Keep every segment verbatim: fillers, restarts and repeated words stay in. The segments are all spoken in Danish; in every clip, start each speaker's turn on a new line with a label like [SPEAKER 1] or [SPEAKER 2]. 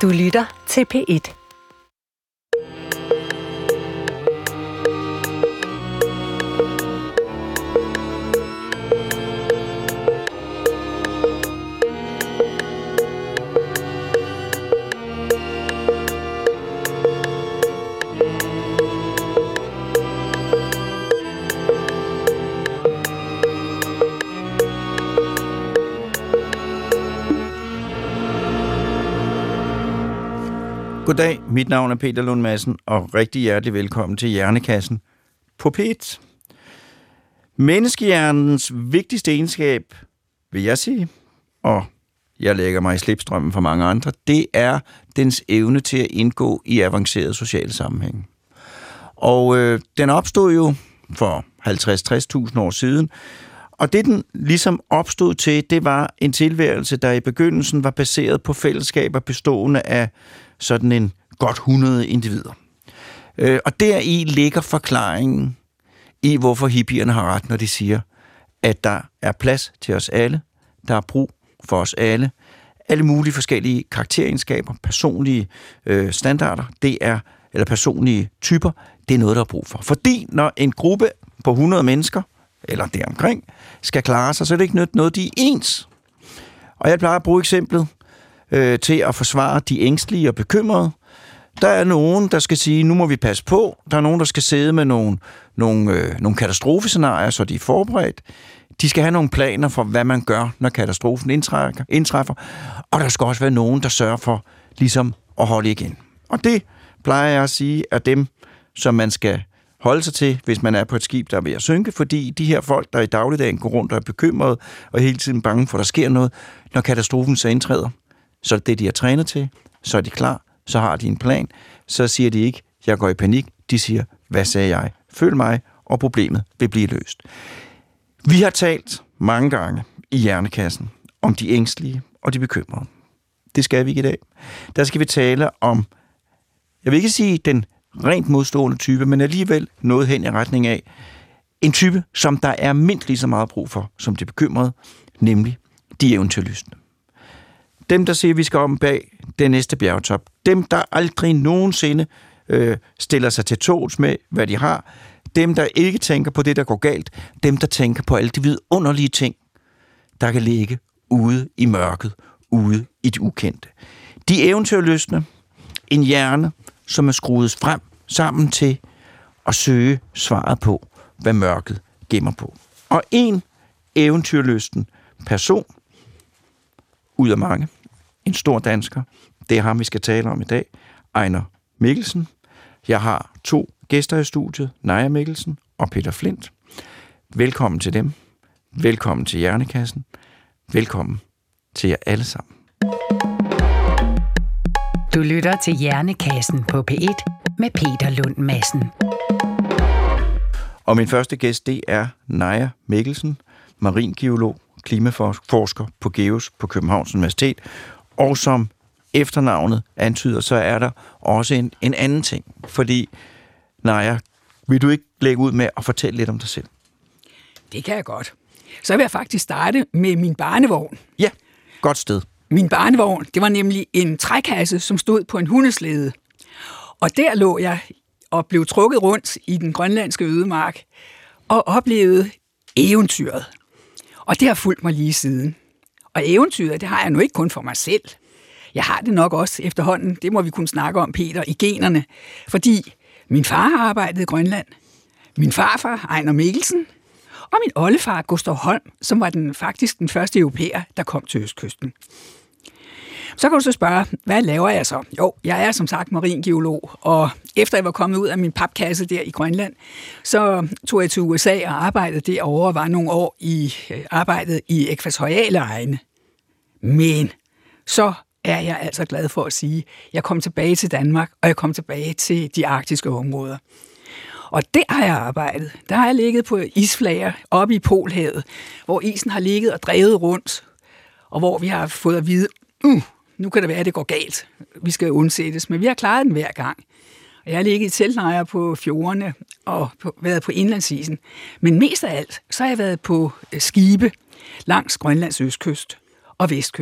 [SPEAKER 1] Du lytter til P et.
[SPEAKER 2] Goddag, mit navn er Peter Lund Madsen, og rigtig hjertelig velkommen til Hjernekassen på P et. Menneskehjernens vigtigste egenskab, vil jeg sige, og jeg lægger mig i slipstrømmen for mange andre, det er dens evne til at indgå i avancerede sociale sammenhænge. Og øh, den opstod jo for halvtreds til tres tusind år siden, og det den ligesom opstod til, det var en tilværelse, der i begyndelsen var baseret på fællesskaber bestående af sådan en godt hundrede individer. Øh, og deri ligger forklaringen i, hvorfor hippierne har ret, når de siger, at der er plads til os alle, der er brug for os alle, alle mulige forskellige karakteregenskaber, personlige øh, standarder, det er, eller personlige typer, det er noget, der er brug for. Fordi når en gruppe på hundrede mennesker, eller deromkring, skal klare sig, så er det ikke noget, noget de er ens. Og jeg plejer at bruge eksemplet øh, til at forsvare de ængstlige og bekymrede. Der er nogen, der skal sige, nu må vi passe på. Der er nogen, der skal sidde med nogle, nogle, øh, nogle katastrofescenarier, så de er forberedt. De skal have nogle planer for, hvad man gør, når katastrofen indtræffer. indtræffer. Og der skal også være nogen, der sørger for ligesom at holde igen. Og det plejer jeg at sige, er dem, som man skal holde sig til, hvis man er på et skib, der er ved at synke, fordi de her folk, der i dagligdagen går rundt og er bekymrede og hele tiden bange for, at der sker noget, når katastrofen så indtræder, så er det det, de er trænet til, så er de klar, så har de en plan, så siger de ikke, jeg går i panik, de siger, hvad sagde jeg? Følg mig, og problemet vil blive løst. Vi har talt mange gange i Hjernekassen om de ængstlige og de bekymrede. Det skal vi ikke i dag. Der skal vi tale om, jeg vil ikke sige den rent modstående type, men alligevel noget hen i retning af en type, som der er mindst lige så meget brug for, som de bekymrede, nemlig de eventyrlystne. Dem, der siger, vi skal om bag den næste bjergtop. Dem, der aldrig nogensinde øh, stiller sig til togs med, hvad de har. Dem, der ikke tænker på det, der går galt. Dem, der tænker på alle de vidunderlige ting, der kan ligge ude i mørket, ude i det ukendte. De eventyrlystne, en hjerne, som er skruet frem sammen til at søge svaret på, hvad mørket gemmer på. Og en eventyrlysten person, ud af mange, en stor dansker, det er ham, vi skal tale om i dag, Ejnar Mikkelsen. Jeg har to gæster i studiet, Naja Mikkelsen og Peter Flint. Velkommen til dem. Velkommen til Hjernekassen. Velkommen til jer alle sammen.
[SPEAKER 1] Du lytter til Hjernekassen på P et med Peter Lund Madsen.
[SPEAKER 2] Og min første gæst, det er Naja Mikkelsen, maringeolog, klimaforsker på GEOS på Københavns Universitet. Og som efternavnet antyder, så er der også en, en anden ting. Fordi, Naja, vil du ikke lægge ud med at fortælle lidt om dig selv?
[SPEAKER 3] Det kan jeg godt. Så vil jeg faktisk starte med min barnevogn.
[SPEAKER 2] Ja, godt sted.
[SPEAKER 3] Min barnevogn, det var nemlig en trækasse, som stod på en hundeslæde. Og der lå jeg og blev trukket rundt i den grønlandske ødemark og oplevede eventyret. Og det har fulgt mig lige siden. Og eventyret, det har jeg nu ikke kun for mig selv. Jeg har det nok også efterhånden, det må vi kunne snakke om, Peter, i generne. Fordi min far har arbejdet i Grønland, min farfar, Ejnar Mikkelsen, og min oldefar, Gustav Holm, som var den, faktisk den første europæer, der kom til Østkysten. Så kan du så spørge, hvad laver jeg så? Jo, jeg er som sagt maringeolog, og efter jeg var kommet ud af min papkasse der i Grønland, så tog jeg til U S A og arbejdede derovre og var nogle år i arbejdet i ekvatoriale egne. Men så er jeg altså glad for at sige, at jeg kom tilbage til Danmark, og jeg kom tilbage til de arktiske områder. Og der har jeg arbejdet. Der har jeg ligget på isflager oppe i Polhavet, hvor isen har ligget og drevet rundt, og hvor vi har fået at vide, uh, nu kan det være, at det går galt. Vi skal undsættes, men vi har klaret den hver gang. Og jeg har ligget i teltlejre på fjordene og på, været på indlandsisen. Men mest af alt, så har jeg været på skibe langs Grønlands østkyst og vestkyst.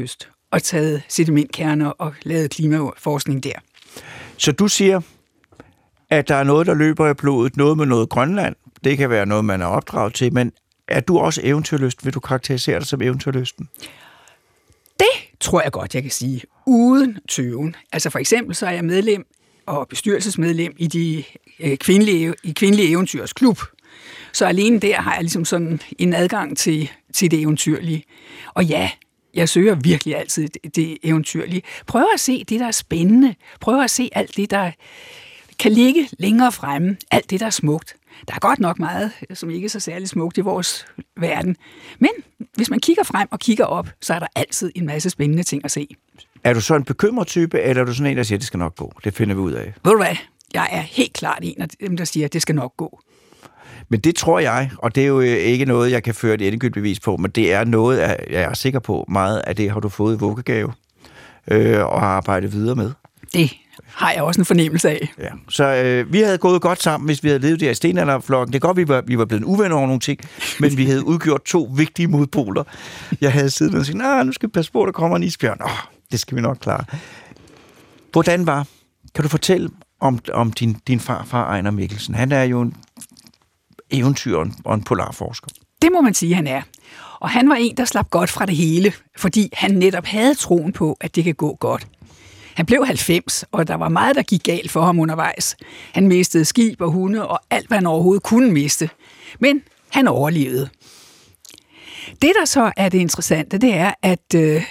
[SPEAKER 3] og taget sedimentkerner og lavet klimaforskning der.
[SPEAKER 2] Så du siger, at der er noget, der løber i blodet, noget med noget Grønland. Det kan være noget, man er opdraget til, men er du også eventyrlyst? Vil du karakterisere dig som eventyrlysten?
[SPEAKER 3] Det tror jeg godt, jeg kan sige, uden tøven. Altså for eksempel så er jeg medlem og bestyrelsesmedlem i de øh, kvindelige, i kvindelige eventyrs klub. Så alene der har jeg ligesom sådan en adgang til, til det eventyrlige. Og ja, jeg søger virkelig altid det, det eventyrlige. Prøv at se det, der er spændende. Prøv at se alt det, der kan ligge længere fremme. Alt det, der er smukt. Der er godt nok meget, som ikke er så særlig smukt i vores verden. Men hvis man kigger frem og kigger op, så er der altid en masse spændende ting at se.
[SPEAKER 2] Er du så en bekymret type, eller er du sådan en, der siger, at det skal nok gå? Det finder vi ud af.
[SPEAKER 3] Ved du hvad? Jeg er helt klart en af dem, der siger, at det skal nok gå.
[SPEAKER 2] Men det tror jeg, og det er jo ikke noget, jeg kan føre et endegyldigt bevis på, men det er noget, jeg er sikker på, meget af det har du fået i vuggegave øh, og har arbejdet videre med.
[SPEAKER 3] Det har jeg også en fornemmelse af.
[SPEAKER 2] Ja. Så øh, vi havde gået godt sammen, hvis vi havde levet der i stenalderflokken. Det er godt, vi var, vi var blevet uvenner over nogle ting, men vi havde udgjort to vigtige modpoler. Jeg havde siddet og sagt, nej, nu skal vi passe på, der kommer en isbjørn. Åh, det skal vi nok klare. Hvordan var? Kan du fortælle om, om din, din farfar, Ejnar Mikkelsen? Han er jo en eventyr og en polarforsker.
[SPEAKER 3] Det må man sige, han er. Og han var en, der slap godt fra det hele, fordi han netop havde troen på, at det kan gå godt. Han blev halvfems, og der var meget, der gik galt for ham undervejs. Han mistede skib og hunde og alt, hvad han overhovedet kunne miste. Men han overlevede. Det, der så er det interessante, det er, at øh,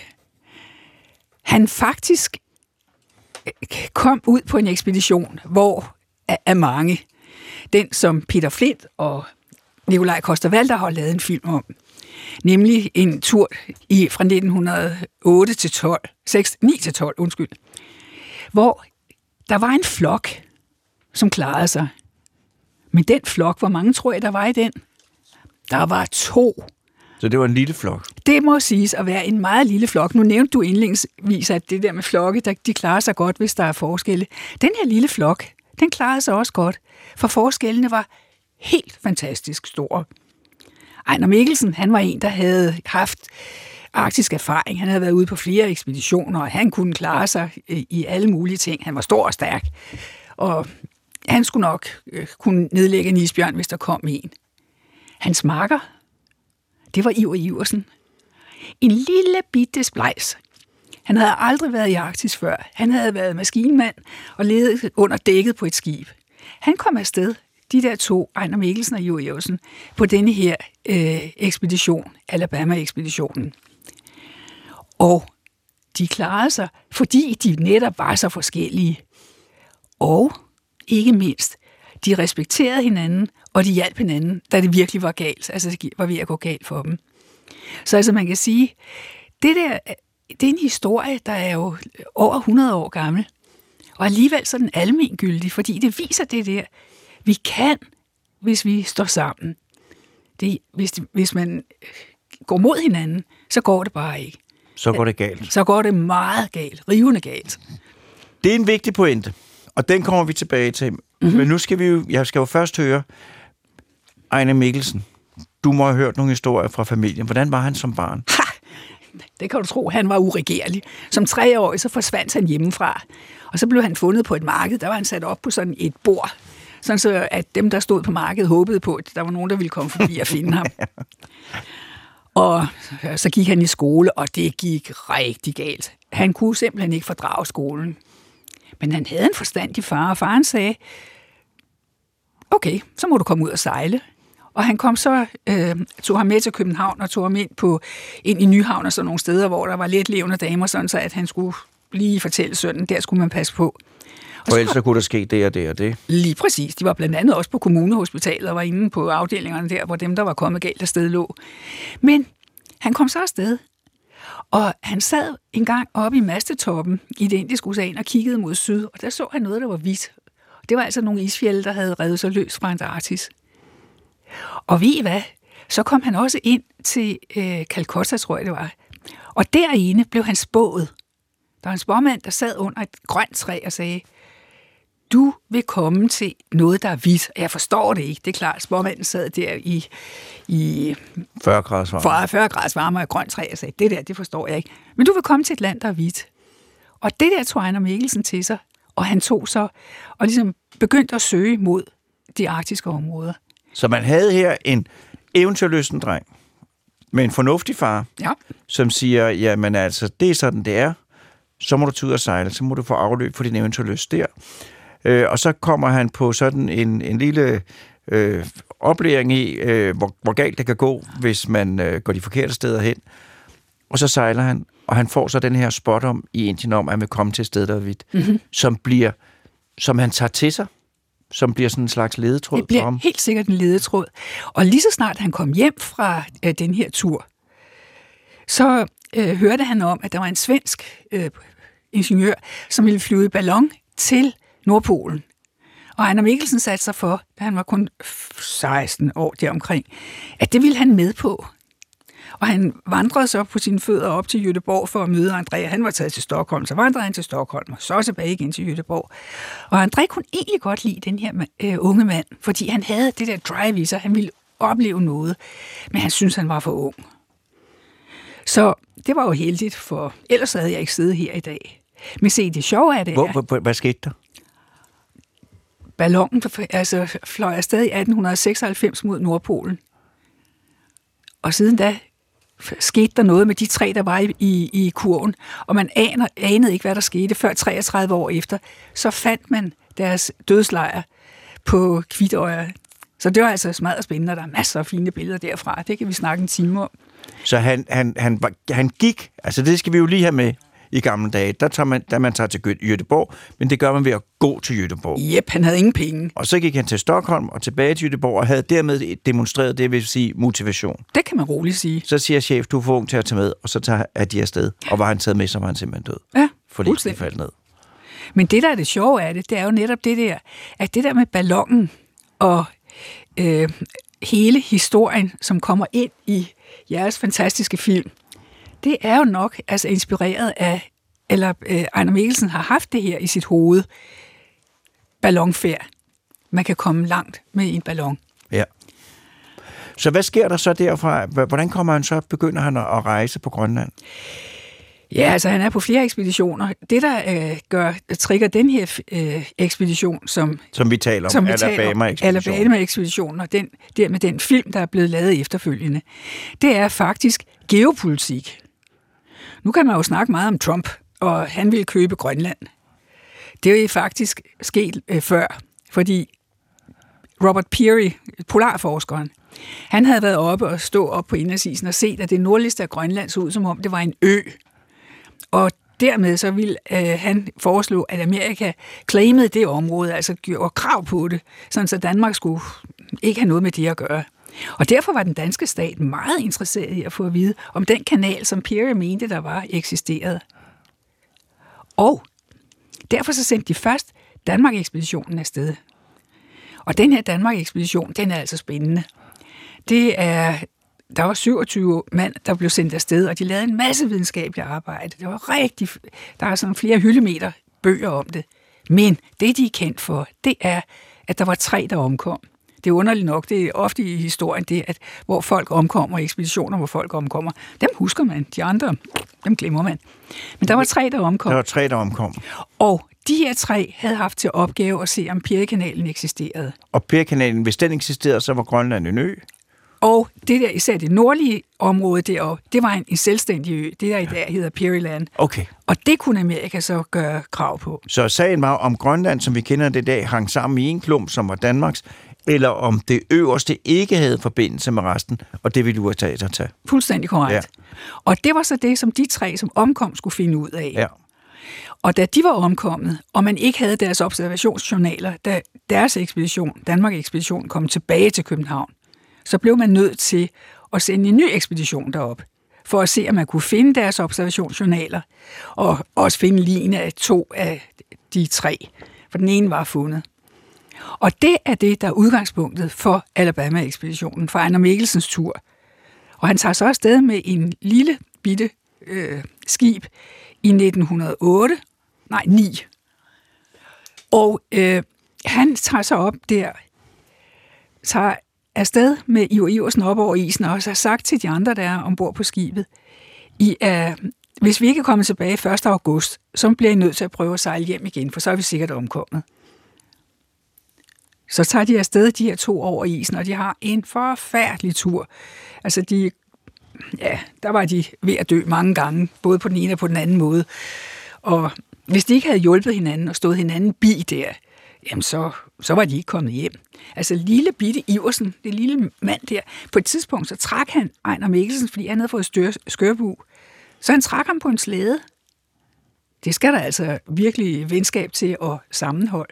[SPEAKER 3] han faktisk kom ud på en ekspedition, hvor af mange, den som Peter Flint og Nikolaj Coster-Waldau har lavet en film om, nemlig en tur i, fra nitten hundrede og otte til tolv, ni til tolv, undskyld, hvor der var en flok, som klarede sig. Men den flok, hvor mange tror jeg, der var i den? Der var to.
[SPEAKER 2] Så det var en lille flok?
[SPEAKER 3] Det må siges at være en meget lille flok. Nu nævnte du indledningsvis, at det der med flokke, der, de klarer sig godt, hvis der er forskelle. Den her lille flok, den klarede sig også godt, for forskellene var helt fantastisk store. Ejnar Mikkelsen, han var en, der havde haft arktisk erfaring. Han havde været ude på flere ekspeditioner, og han kunne klare sig i alle mulige ting. Han var stor og stærk, og han skulle nok kunne nedlægge en isbjørn, hvis der kom en. Hans makker, det var Iver Iversen. En lille bitte splejs. Han havde aldrig været i Arktis før. Han havde været maskinmand og levet under dækket på et skib. Han kom afsted, de der to, Ejnar Mikkelsen og Iver Iversen, på denne her øh, ekspedition, Alabama-ekspeditionen. Og de klarede sig, fordi de netop var så forskellige. Og ikke mindst, de respekterede hinanden, og de hjalp hinanden, da det virkelig var galt. Altså, det var ved at gå galt for dem. Så altså, man kan sige, det der, det er en historie, der er jo over hundrede år gammel, og alligevel så er den almengyldig, fordi det viser det der, vi kan, hvis vi står sammen. Det, hvis, hvis man går mod hinanden, så går det bare ikke.
[SPEAKER 2] Så går det galt.
[SPEAKER 3] Så går det meget galt, rivende galt.
[SPEAKER 2] Det er en vigtig pointe, og den kommer vi tilbage til. Mm-hmm. Men nu skal vi jo, jeg skal jo først høre, Ejnar Mikkelsen, du må have hørt nogle historier fra familien. Hvordan var han som barn?
[SPEAKER 3] Ha! Det kan du tro, han var uregerlig. Som treårig, så forsvandt han hjemmefra. Og så blev han fundet på et marked, der var han sat op på sådan et bord. Sådan så, at dem, der stod på markedet, håbede på, at der var nogen, der ville komme forbi og finde ham. Og så gik han i skole, og det gik rigtig galt. Han kunne simpelthen ikke fordrage skolen. Men han havde en forstandig far, og faren sagde, okay, så må du komme ud og sejle. Og han kom så, øh, tog ham med til København, og tog ham ind, på, ind i Nyhavn og sådan nogle steder, hvor der var lidt levende damer, sådan så at han skulle lige fortælle sønnen, der skulle man passe på.
[SPEAKER 2] For ellers så kunne der ske det og det og det.
[SPEAKER 3] Lige præcis. De var blandt andet også på kommunehospitalet og var inde på afdelingerne der, hvor dem, der var kommet galt afsted, lå. Men han kom så afsted, og han sad en gang oppe i Mastetoppen i det indiske ocean og kiggede mod syd, og der så han noget, der var hvidt. Det var altså nogle isfjelde, der havde revet sig løs fra Antarktis. Og ved I hvad? Så kom han også ind til øh, Calcutta, tror jeg det var. Og derinde blev han spået. Der var en spåmand, der sad under et grønt træ og sagde, du vil komme til noget, der er hvidt. Jeg forstår det ikke. Det er klart, spormanden sad der i, i
[SPEAKER 2] fyrre graders varme.
[SPEAKER 3] fyrre graders varme og grønt træ og sagde, det der, det forstår jeg ikke. Men du vil komme til et land, der er hvidt. Og det der tog Ejnar Mikkelsen til sig, og han tog så og ligesom begyndte at søge mod de arktiske områder.
[SPEAKER 2] Så man havde her en eventyrlysten dreng med en fornuftig far,
[SPEAKER 3] ja.
[SPEAKER 2] som siger, jamen altså, det er sådan, det er. Så må du tage ud og sejle, så må du få afløb for din eventyrlyst der. Øh, og så kommer han på sådan en, en lille øh, oplæring i, øh, hvor, hvor galt det kan gå, hvis man øh, går de forkerte steder hen. Og så sejler han, og han får så den her spot om i Indien om, at han vil komme til et sted, der er hvidt, mm-hmm. som bliver, som han tager til sig, som bliver sådan en slags ledetråd
[SPEAKER 3] det bliver
[SPEAKER 2] for ham.
[SPEAKER 3] Helt sikkert en ledetråd. Og lige så snart han kom hjem fra øh, den her tur, så øh, hørte han om, at der var en svensk øh, ingeniør, som ville flyve i ballon til Nordpolen. Og Ejnar Mikkelsen satte sig for, da han var kun seksten år deromkring, at det ville han med på. Og han vandrede så på sine fødder op til Göteborg for at møde André. Han var taget til Stockholm, så vandrede han til Stockholm, og så tilbage igen til Göteborg. Og André kunne egentlig godt lide den her øh, unge mand, fordi han havde det der drive i sig, han ville opleve noget, men han syntes, han var for ung. Så det var jo heldigt, for ellers havde jeg ikke siddet her i dag. Men se, det sjove er det.
[SPEAKER 2] Hvor, hvor, hvad skete der?
[SPEAKER 3] Ballonen altså, fløj afsted i atten seksoghalvfems mod Nordpolen. Og siden da skete der noget med de tre, der var i, i, i kurven, og man aner, anede ikke, hvad der skete, før treogtredive år efter. Så fandt man deres dødslejr på Kvitøya. Så det var altså smadret spændende, og der er masser af fine billeder derfra. Det kan vi snakke en time om.
[SPEAKER 2] Så han, han, han, han gik, altså det skal vi jo lige have med i gamle dage, der tager man, der man tager til Göteborg, men det gør man ved at gå til Göteborg.
[SPEAKER 3] Jep, han havde ingen penge.
[SPEAKER 2] Og så gik han til Stockholm og tilbage til Göteborg og havde dermed demonstreret, det vil sige motivation.
[SPEAKER 3] Det kan man roligt sige.
[SPEAKER 2] Så siger chef, du er for ung til at tage med, og så tager at de afsted. Og var han taget med, så var han simpelthen død.
[SPEAKER 3] Ja,
[SPEAKER 2] fordi de faldt ned.
[SPEAKER 3] Men det, der er det sjove af det, det er jo netop det der, at det der med ballonen og øh, hele historien, som kommer ind i jeres fantastiske film, det er jo nok altså inspireret af, eller øh, Ejnar Mikkelsen har haft det her i sit hoved, ballonfærd. Man kan komme langt med en ballon.
[SPEAKER 2] Ja. Så hvad sker der så derfra? Hvordan kommer han så, begynder han at rejse på Grønland?
[SPEAKER 3] Ja, altså han er på flere ekspeditioner. Det, der øh, gør, trigger den her øh, ekspedition, som,
[SPEAKER 2] som vi taler om,
[SPEAKER 3] som vi
[SPEAKER 2] Alabama-ekspeditionen,
[SPEAKER 3] Alabama-ekspeditionen, og den, der med den film, der er blevet lavet efterfølgende, det er faktisk geopolitik. Nu kan man jo snakke meget om Trump, og han ville købe Grønland. Det er jo faktisk sket øh, før, fordi Robert Peary, polarforskeren, han havde været oppe og stå op på indlandsisen og set, at det nordligste af Grønland så ud, som om det var en ø. Og dermed så ville øh, han foreslå, at Amerika claimede det område, altså gjorde krav på det, sådan så Danmark skulle ikke have noget med det at gøre. Og derfor var den danske stat meget interesseret i at få at vide, om den kanal, som Peary mente, der var, eksisterede. Og derfor så sendte de først Danmark-ekspeditionen afsted. Og den her Danmark-ekspedition, den er altså spændende. Det er, der var syvogtyve mand, der blev sendt afsted, og de lavede en masse videnskabeligt arbejde. Det var rigtig, der er sådan flere hyldemeter bøger om det. Men det, de er kendt for, det er, at der var tre, der omkom. Det er underligt nok, det er ofte i historien det, at hvor folk omkommer, ekspeditioner, hvor folk omkommer, dem husker man, de andre, dem glemmer man. Men der var tre, der omkom.
[SPEAKER 2] Der var tre, der omkom.
[SPEAKER 3] Og de her tre havde haft til opgave at se, om Peary-kanalen eksisterede.
[SPEAKER 2] Og Peary-kanalen, hvis den eksisterede, så var Grønland en ø.
[SPEAKER 3] Og det der, især det nordlige område deroppe, det var en, en selvstændig ø. Det der i dag hedder Pearyland.
[SPEAKER 2] Okay.
[SPEAKER 3] Og det kunne Amerika så gøre krav på.
[SPEAKER 2] Så sagen var, om Grønland, som vi kender det i dag, hang sammen i en klump, som var Danmarks, eller om det øverste ikke havde forbindelse med resten, og det ville U S A så tage.
[SPEAKER 3] Fuldstændig korrekt. Ja. Og det var så det, som de tre, som omkom, skulle finde ud af.
[SPEAKER 2] Ja.
[SPEAKER 3] Og da de var omkommet, og man ikke havde deres observationsjournaler, da deres ekspedition, Danmark-ekspeditionen, kom tilbage til København, så blev man nødt til at sende en ny ekspedition derop, for at se, om man kunne finde deres observationsjournaler, og også finde ligene af to af de tre, for den ene var fundet. Og det er det, der er udgangspunktet for Alabama-ekspeditionen, for Ejnar Mikkelsens tur. Og han tager så afsted med en lille bitte øh, skib i nitten hundrede og otte, nej ni, Og øh, han tager sig op der, tager afsted med Iver Iversen op over isen, og har sagt til de andre, der er ombord på skibet, I er, hvis vi ikke er kommet tilbage første august, så bliver I nødt til at prøve at sejle hjem igen, for så er vi sikkert omkommet. Så tager de afsted de her to over isen, og de har en forfærdelig tur. Altså, de, ja, der var de ved at dø mange gange, både på den ene og på den anden måde. Og hvis de ikke havde hjulpet hinanden og stået hinanden bi der, jamen så, så var de ikke kommet hjem. Altså lille bitte Iversen, det lille mand der, på et tidspunkt så trak han Ejner Mikkelsen, fordi han havde fået stør, skørbu. Så han trak ham på en slæde. Det skal der altså virkelig venskab til og sammenhold.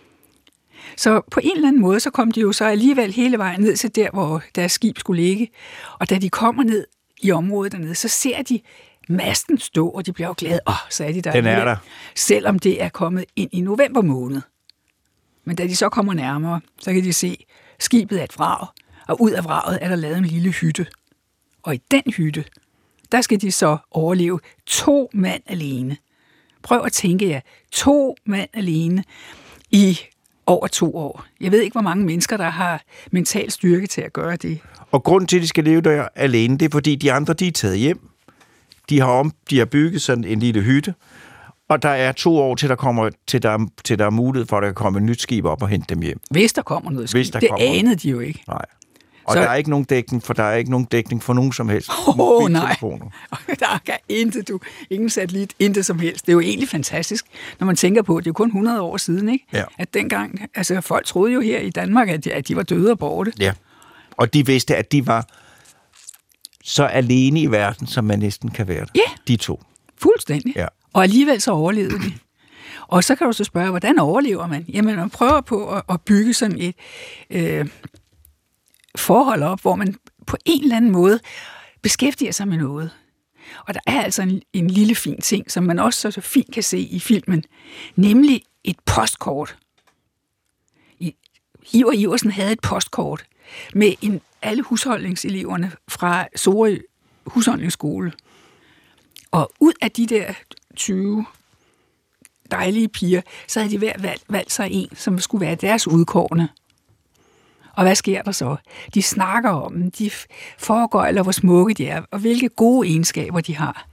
[SPEAKER 3] Så på en eller anden måde, så kom de jo så alligevel hele vejen ned til der, hvor deres skib skulle ligge. Og da de kommer ned i området dernede, så ser de masten stå, og de bliver jo glade. Åh, så er de der.
[SPEAKER 2] Den er der.
[SPEAKER 3] Selvom det er kommet ind i november måned. Men da de så kommer nærmere, så kan de se, at skibet er et vrag, og ud af vraget er der lavet en lille hytte. Og i den hytte, der skal de så overleve to mand alene. Prøv at tænke jer, to mand alene i over to år. Jeg ved ikke, hvor mange mennesker, der har mental styrke til at gøre det.
[SPEAKER 2] Og grunden til, at de skal leve der alene, det er, fordi de andre, de er taget hjem. De har, om, de har bygget sådan en lille hytte, og der er to år, til der, kommer, til der, til der er mulighed for, at der kan komme et nyt skib op og hente dem hjem.
[SPEAKER 3] Hvis der kommer noget skib.
[SPEAKER 2] Hvis der
[SPEAKER 3] det
[SPEAKER 2] kommer.
[SPEAKER 3] Anede de jo ikke.
[SPEAKER 2] Nej. Og
[SPEAKER 3] så...
[SPEAKER 2] der er ikke nogen dækning, for der er ikke nogen dækning for nogen som helst.
[SPEAKER 3] Åh, oh, nej. Der er intet, du. Ingen satellit, intet som helst. Det er jo egentlig fantastisk, når man tænker på, at det er kun hundrede år siden, ikke?
[SPEAKER 2] Ja.
[SPEAKER 3] At dengang, altså folk troede jo her i Danmark, at de, at de var døde og borte.
[SPEAKER 2] Ja, og de vidste, at de var så alene i verden, som man næsten kan være der.
[SPEAKER 3] Ja.
[SPEAKER 2] De to.
[SPEAKER 3] Fuldstændig.
[SPEAKER 2] Ja.
[SPEAKER 3] Og alligevel så overlevede de. Og så kan du så spørge, hvordan overlever man? Jamen, man prøver på at, at bygge sådan et øh, forhold op, hvor man på en eller anden måde beskæftiger sig med noget. Og der er altså en, en lille fin ting, som man også så fint kan se i filmen, nemlig et postkort. Iver Iversen havde et postkort med en, alle husholdningseleverne fra Sorø Husholdningsskole. Og ud af de der tyve dejlige piger, så havde de hver valgt, valgt sig en, som skulle være deres udkårne. Og hvad sker der så? De snakker om dem, de foregøjler, hvor smukke de er, og hvilke gode egenskaber de har.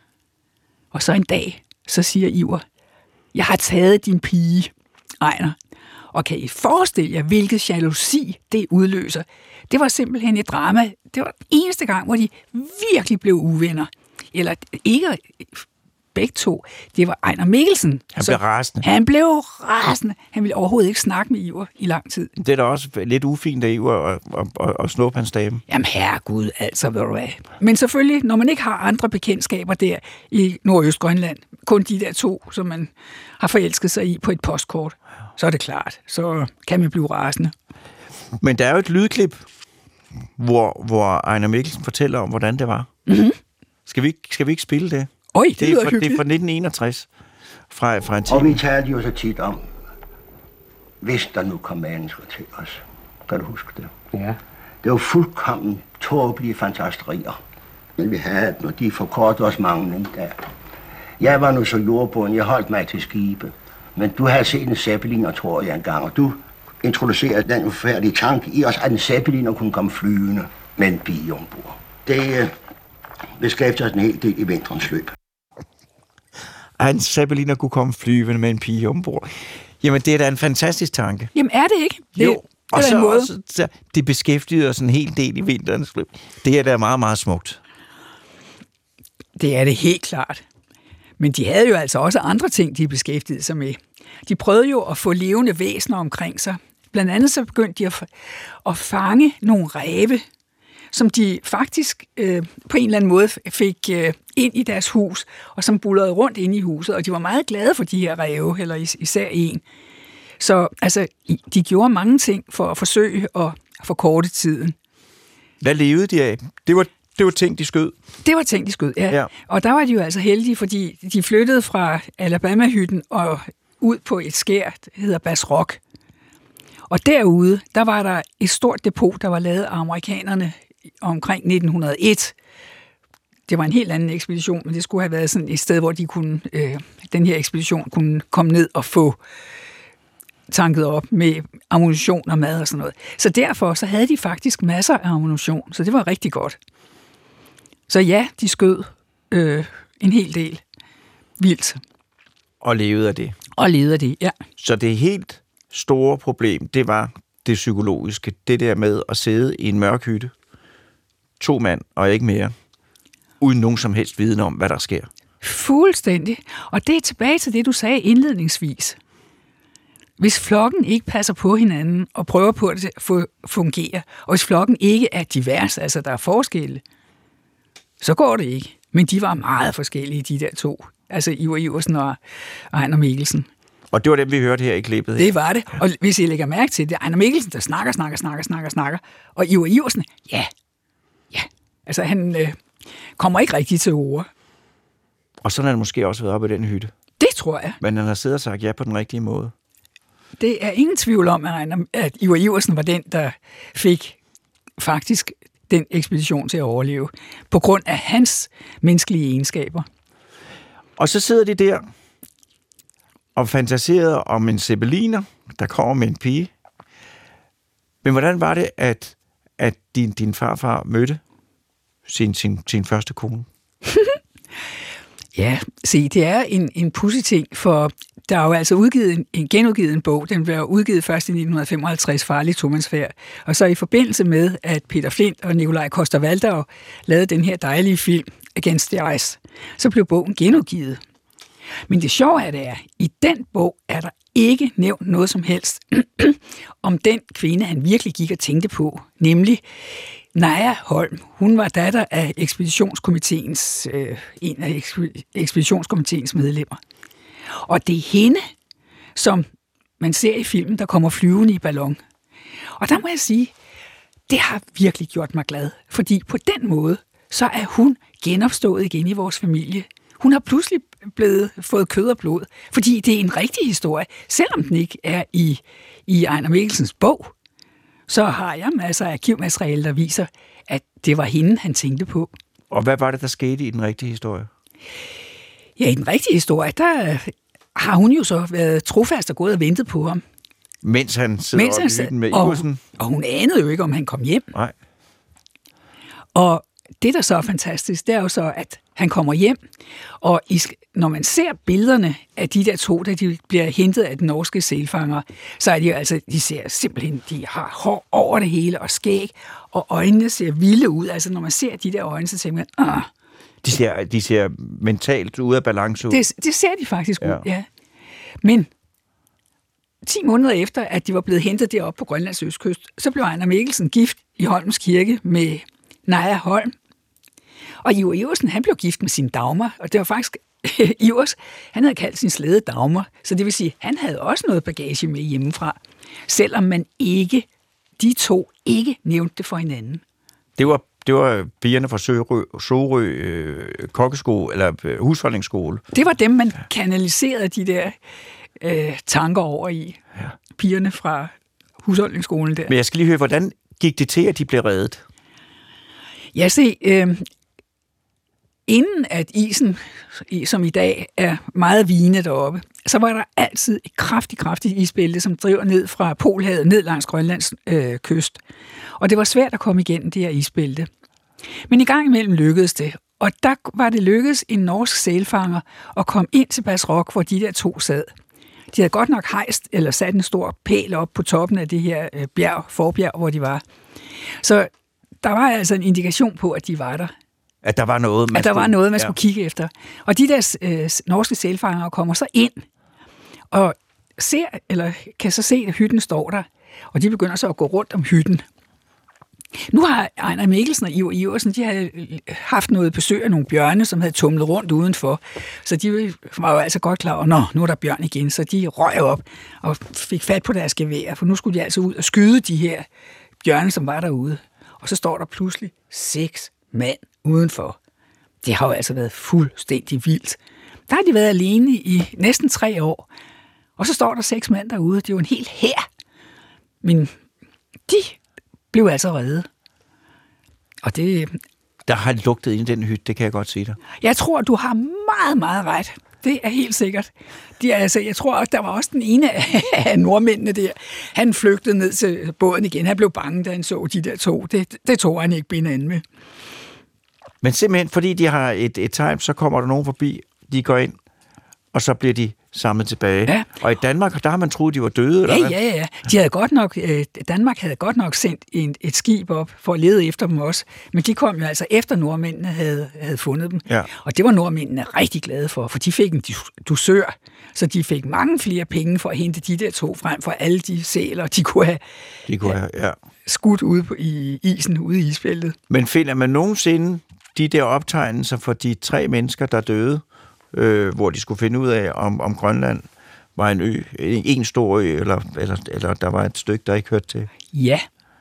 [SPEAKER 3] Og så en dag, så siger Iver, jeg har taget din pige, Ejner. Og kan I forestille jer, hvilket jalousi det udløser? Det var simpelthen et drama. Det var den eneste gang, hvor de virkelig blev uvenner. Eller ikke begge to. Det var Ejner Mikkelsen.
[SPEAKER 2] Han blev rasende.
[SPEAKER 3] Han blev rasende. Han ville overhovedet ikke snakke med Iver i lang tid.
[SPEAKER 2] Det er da også lidt ufint af Iver at, at, at, at snuppe hans dame.
[SPEAKER 3] Jamen herregud, altså, ved du hvad. Men selvfølgelig, når man ikke har andre bekendtskaber der i Nordøstgrønland, kun de der to, som man har forelsket sig i på et postkort, så er det klart. Så kan man blive rasende.
[SPEAKER 2] Men der er jo et lydklip, hvor, hvor Ejner Mikkelsen fortæller om, hvordan det var.
[SPEAKER 3] Mm-hmm.
[SPEAKER 2] Skal vi, skal vi ikke spille det?
[SPEAKER 3] Oj, det,
[SPEAKER 2] det,
[SPEAKER 3] lyder
[SPEAKER 2] er fra,
[SPEAKER 3] hyggeligt.
[SPEAKER 2] det er fra nitten enogtres, fra, fra en time.
[SPEAKER 4] Og vi talte jo så tit om, hvis der nu kom mennesker til os. Kan du huske det?
[SPEAKER 5] Ja.
[SPEAKER 4] Det var fuldkommen tåbelige fantasterier. Men vi havde, når de forkortede os mange en dag. Jeg var nu så jordbunden, jeg holdt mig til skibe. Men du havde set en zeppeliner, tror jeg, engang, og du introducerede den forfærdelige tanke i os, at en zeppeliner kunne komme flyvende med en pige ombord. Det øh, beskæftigede os en hel del i vinterens løb.
[SPEAKER 2] At en zeppeliner kunne komme flyvende med en pige ombord. Jamen, det er da en fantastisk tanke.
[SPEAKER 3] Jamen er det ikke? Det,
[SPEAKER 2] Jo, og
[SPEAKER 3] det er
[SPEAKER 2] så
[SPEAKER 3] en måde.
[SPEAKER 2] også, så det beskæftigede os en hel del i vinterens løb. Det er da meget, meget smukt.
[SPEAKER 3] Det er det helt klart. Men de havde jo altså også andre ting, de beskæftigede sig med. De prøvede jo at få levende væsener omkring sig. Blandt andet så begyndte de at, at fange nogle ræve, som de faktisk øh, på en eller anden måde fik øh, ind i deres hus, og som bullerede rundt inde i huset, og de var meget glade for de her ræve, eller is- især en. Så altså, de gjorde mange ting for at forsøge at forkorte tiden.
[SPEAKER 2] Hvad levede de af? Det var, det var ting, de skød.
[SPEAKER 3] Det var ting, de skød, ja.
[SPEAKER 2] Ja.
[SPEAKER 3] Og der var de jo altså heldige, fordi de flyttede fra Alabama-hytten og ud på et skær, der hedder Bass Rock. Og derude, der var der et stort depot, der var lavet af amerikanerne omkring nitten hundrede og et. Det var en helt anden ekspedition, men det skulle have været sådan et sted, hvor de kunne, øh, den her ekspedition kunne komme ned og få tanket op med ammunition og mad og sådan noget. Så derfor så havde de faktisk masser af ammunition, så det var rigtig godt. Så ja, de skød øh, en hel del vildt.
[SPEAKER 2] Og levede af det.
[SPEAKER 3] Og levede af det, ja.
[SPEAKER 2] Så det helt store problem, det var det psykologiske. Det der med at sidde i en mørk hytte, to mand og ikke mere, uden nogen som helst viden om, hvad der sker.
[SPEAKER 3] Fuldstændig. Og det er tilbage til det, du sagde indledningsvis. Hvis flokken ikke passer på hinanden og prøver på at det fungere, og hvis flokken ikke er divers, altså der er forskelle, så går det ikke. Men de var meget forskellige, de der to. Altså Ivar Iversen og Ejner Mikkelsen.
[SPEAKER 2] Og det var dem, vi hørte her i klippet.
[SPEAKER 3] Det var det. Og hvis I lægger mærke til det, er Ejner Mikkelsen, der snakker, snakker, snakker, snakker, snakker. Og Ivar Iversen, ja, ja. Altså han øh, kommer ikke rigtig til ord.
[SPEAKER 2] Og så har han måske også været oppe i den hytte.
[SPEAKER 3] Det tror jeg.
[SPEAKER 2] Men han har siddet og sagt ja på den rigtige måde.
[SPEAKER 3] Det er ingen tvivl om, at Ivar Iversen var den, der fik faktisk den ekspedition til at overleve, på grund af hans menneskelige egenskaber.
[SPEAKER 2] Og så sidder de der og fantaserede om en zeppeliner, der kommer med en pige. Men hvordan var det, at, at din, din farfar mødte sin, sin, sin første kone?
[SPEAKER 3] Ja, se, det er en, en pudsig ting, for der er jo altså udgivet en, en genudgivet en bog. Den blev udgivet først i nitten femoghalvtreds, Farlig tomandsfærd. Og så i forbindelse med, at Peter Flint og Nikolaj Coster-Waldau lavede den her dejlige film Against the Ice, så blev bogen genudgivet. Men det sjove er, det er, i den bog er der ikke nævnt noget som helst om den kvinde, han virkelig gik og tænkte på, nemlig Naja Holm. Hun var datter af ekspeditionskomiteens, øh, en af ekspeditionskomiteens medlemmer. Og det er hende, som man ser i filmen, der kommer flyvende i ballon. Og der må jeg sige, det har virkelig gjort mig glad, fordi på den måde, så er hun genopstået igen i vores familie. Hun har pludselig blevet fået kød og blod, fordi det er en rigtig historie, selvom den ikke er i, i Ejner Mikkelsens bog. Så har jeg masser af arkivmateriale, der viser, at det var hende, han tænkte på.
[SPEAKER 2] Og hvad var det, der skete i den rigtige historie?
[SPEAKER 3] Ja, i den rigtige historie, der har hun jo så været trofast og gået og ventet på ham.
[SPEAKER 2] Mens han sidder Mens han sad, i med Iversen?
[SPEAKER 3] Og, og hun anede jo ikke, om han kom hjem.
[SPEAKER 2] Nej.
[SPEAKER 3] Og det, der så er fantastisk, det er jo så, at han kommer hjem, og når man ser billederne af de der to, der de bliver hentet af den norske sælfanger, så er de jo altså, de ser simpelthen, de har hår over det hele og skæg, og øjnene ser vilde ud. Altså, når man ser de der øjne, så tænker man, ah.
[SPEAKER 2] De ser, de ser mentalt ude af balance ud.
[SPEAKER 3] Det, det ser de faktisk
[SPEAKER 2] ja.
[SPEAKER 3] ud, ja. Men ti måneder efter, at de var blevet hentet deroppe på Grønlands østkyst, så blev Ejner Mikkelsen gift i Holms Kirke med Naja Holm. Og Ivar Iversen, han blev gift med sin Dagmar, og det var faktisk Ivers, han havde kaldt sin slæde Dagmar, så det vil sige, han havde også noget bagage med hjemmefra, selvom man ikke, de to ikke nævnte det for hinanden.
[SPEAKER 2] Det var, det var pigerne fra Sorø, Sorø øh, kokkeskole, eller øh, husholdningsskole.
[SPEAKER 3] Det var dem, man kanaliserede de der øh, tanker over i, ja. Pigerne fra husholdningsskolen der.
[SPEAKER 2] Men jeg skal lige høre, hvordan gik det til, at de blev reddet?
[SPEAKER 3] Ja, se, øh, inden at isen, som i dag er meget vigende deroppe, så var der altid et kraftigt, kraftigt isbælte, som driver ned fra Polhavet, ned langs Grønlands øh, kyst. Og det var svært at komme igennem det her isbælte. Men i gang imellem lykkedes det, og der var det lykkedes en norsk sælfanger at komme ind til Bas Rock, hvor de der to sad. De havde godt nok hejst eller sat en stor pæl op på toppen af det her øh, bjerg, forbjerg, hvor de var. Så der var altså en indikation på, at de var der.
[SPEAKER 2] At der var noget, man,
[SPEAKER 3] at der
[SPEAKER 2] skulle,
[SPEAKER 3] var noget, man
[SPEAKER 2] ja.
[SPEAKER 3] skulle kigge efter. Og de der øh, norske sælfangere kommer så ind, og ser, eller kan så se, at hytten står der, og de begynder så at gå rundt om hytten. Nu har Ejner Mikkelsen og Ivar Iversen, de havde haft noget besøg af nogle bjørne, som havde tumlet rundt udenfor, så de var jo altså godt klar over, nå, nu er der bjørn igen, så de røg op og fik fat på deres gevær, for nu skulle de altså ud og skyde de her bjørne, som var derude. Og så står der pludselig seks mand udenfor. Det har jo altså været fuldstændig vildt. Der har de været alene i næsten tre år. Og så står der seks mand derude. Det er jo en hel hær. Men de blev altså reddet. Og det...
[SPEAKER 2] Der har lugtet ind i den hytte, det kan jeg godt sige dig.
[SPEAKER 3] Jeg tror, du har meget, meget ret. det er helt sikkert. De, altså, jeg tror også, der var også den ene af nordmændene der. Han flygtede ned til båden igen. Han blev bange, da han så de der to. Det, det tog han ikke binde an med.
[SPEAKER 2] Men simpelthen, fordi de har et, et tegn, så kommer der nogen forbi, de går ind, og så bliver de samlet tilbage. Ja. Og i Danmark, der har man troet, de var døde, eller
[SPEAKER 3] ja,
[SPEAKER 2] hvad?
[SPEAKER 3] Ja, ja, de havde godt nok, Danmark havde godt nok sendt en, et skib op for at lede efter dem også, men de kom jo altså efter nordmændene havde, havde fundet dem.
[SPEAKER 2] Ja.
[SPEAKER 3] Og det var nordmændene rigtig glade for, for de fik en dusør, så de fik mange flere penge for at hente de der to frem for alle de sæler, de kunne have,
[SPEAKER 2] de kunne have ja.
[SPEAKER 3] skudt ude på, i isen, ude i isbæltet.
[SPEAKER 2] Men finder man nogensinde de der optegnelser for de tre mennesker, der døde, øh, hvor de skulle finde ud af, om, om Grønland var en ø, en stor ø, eller, eller, eller der var et stykke, der ikke hørte til?
[SPEAKER 3] Ja.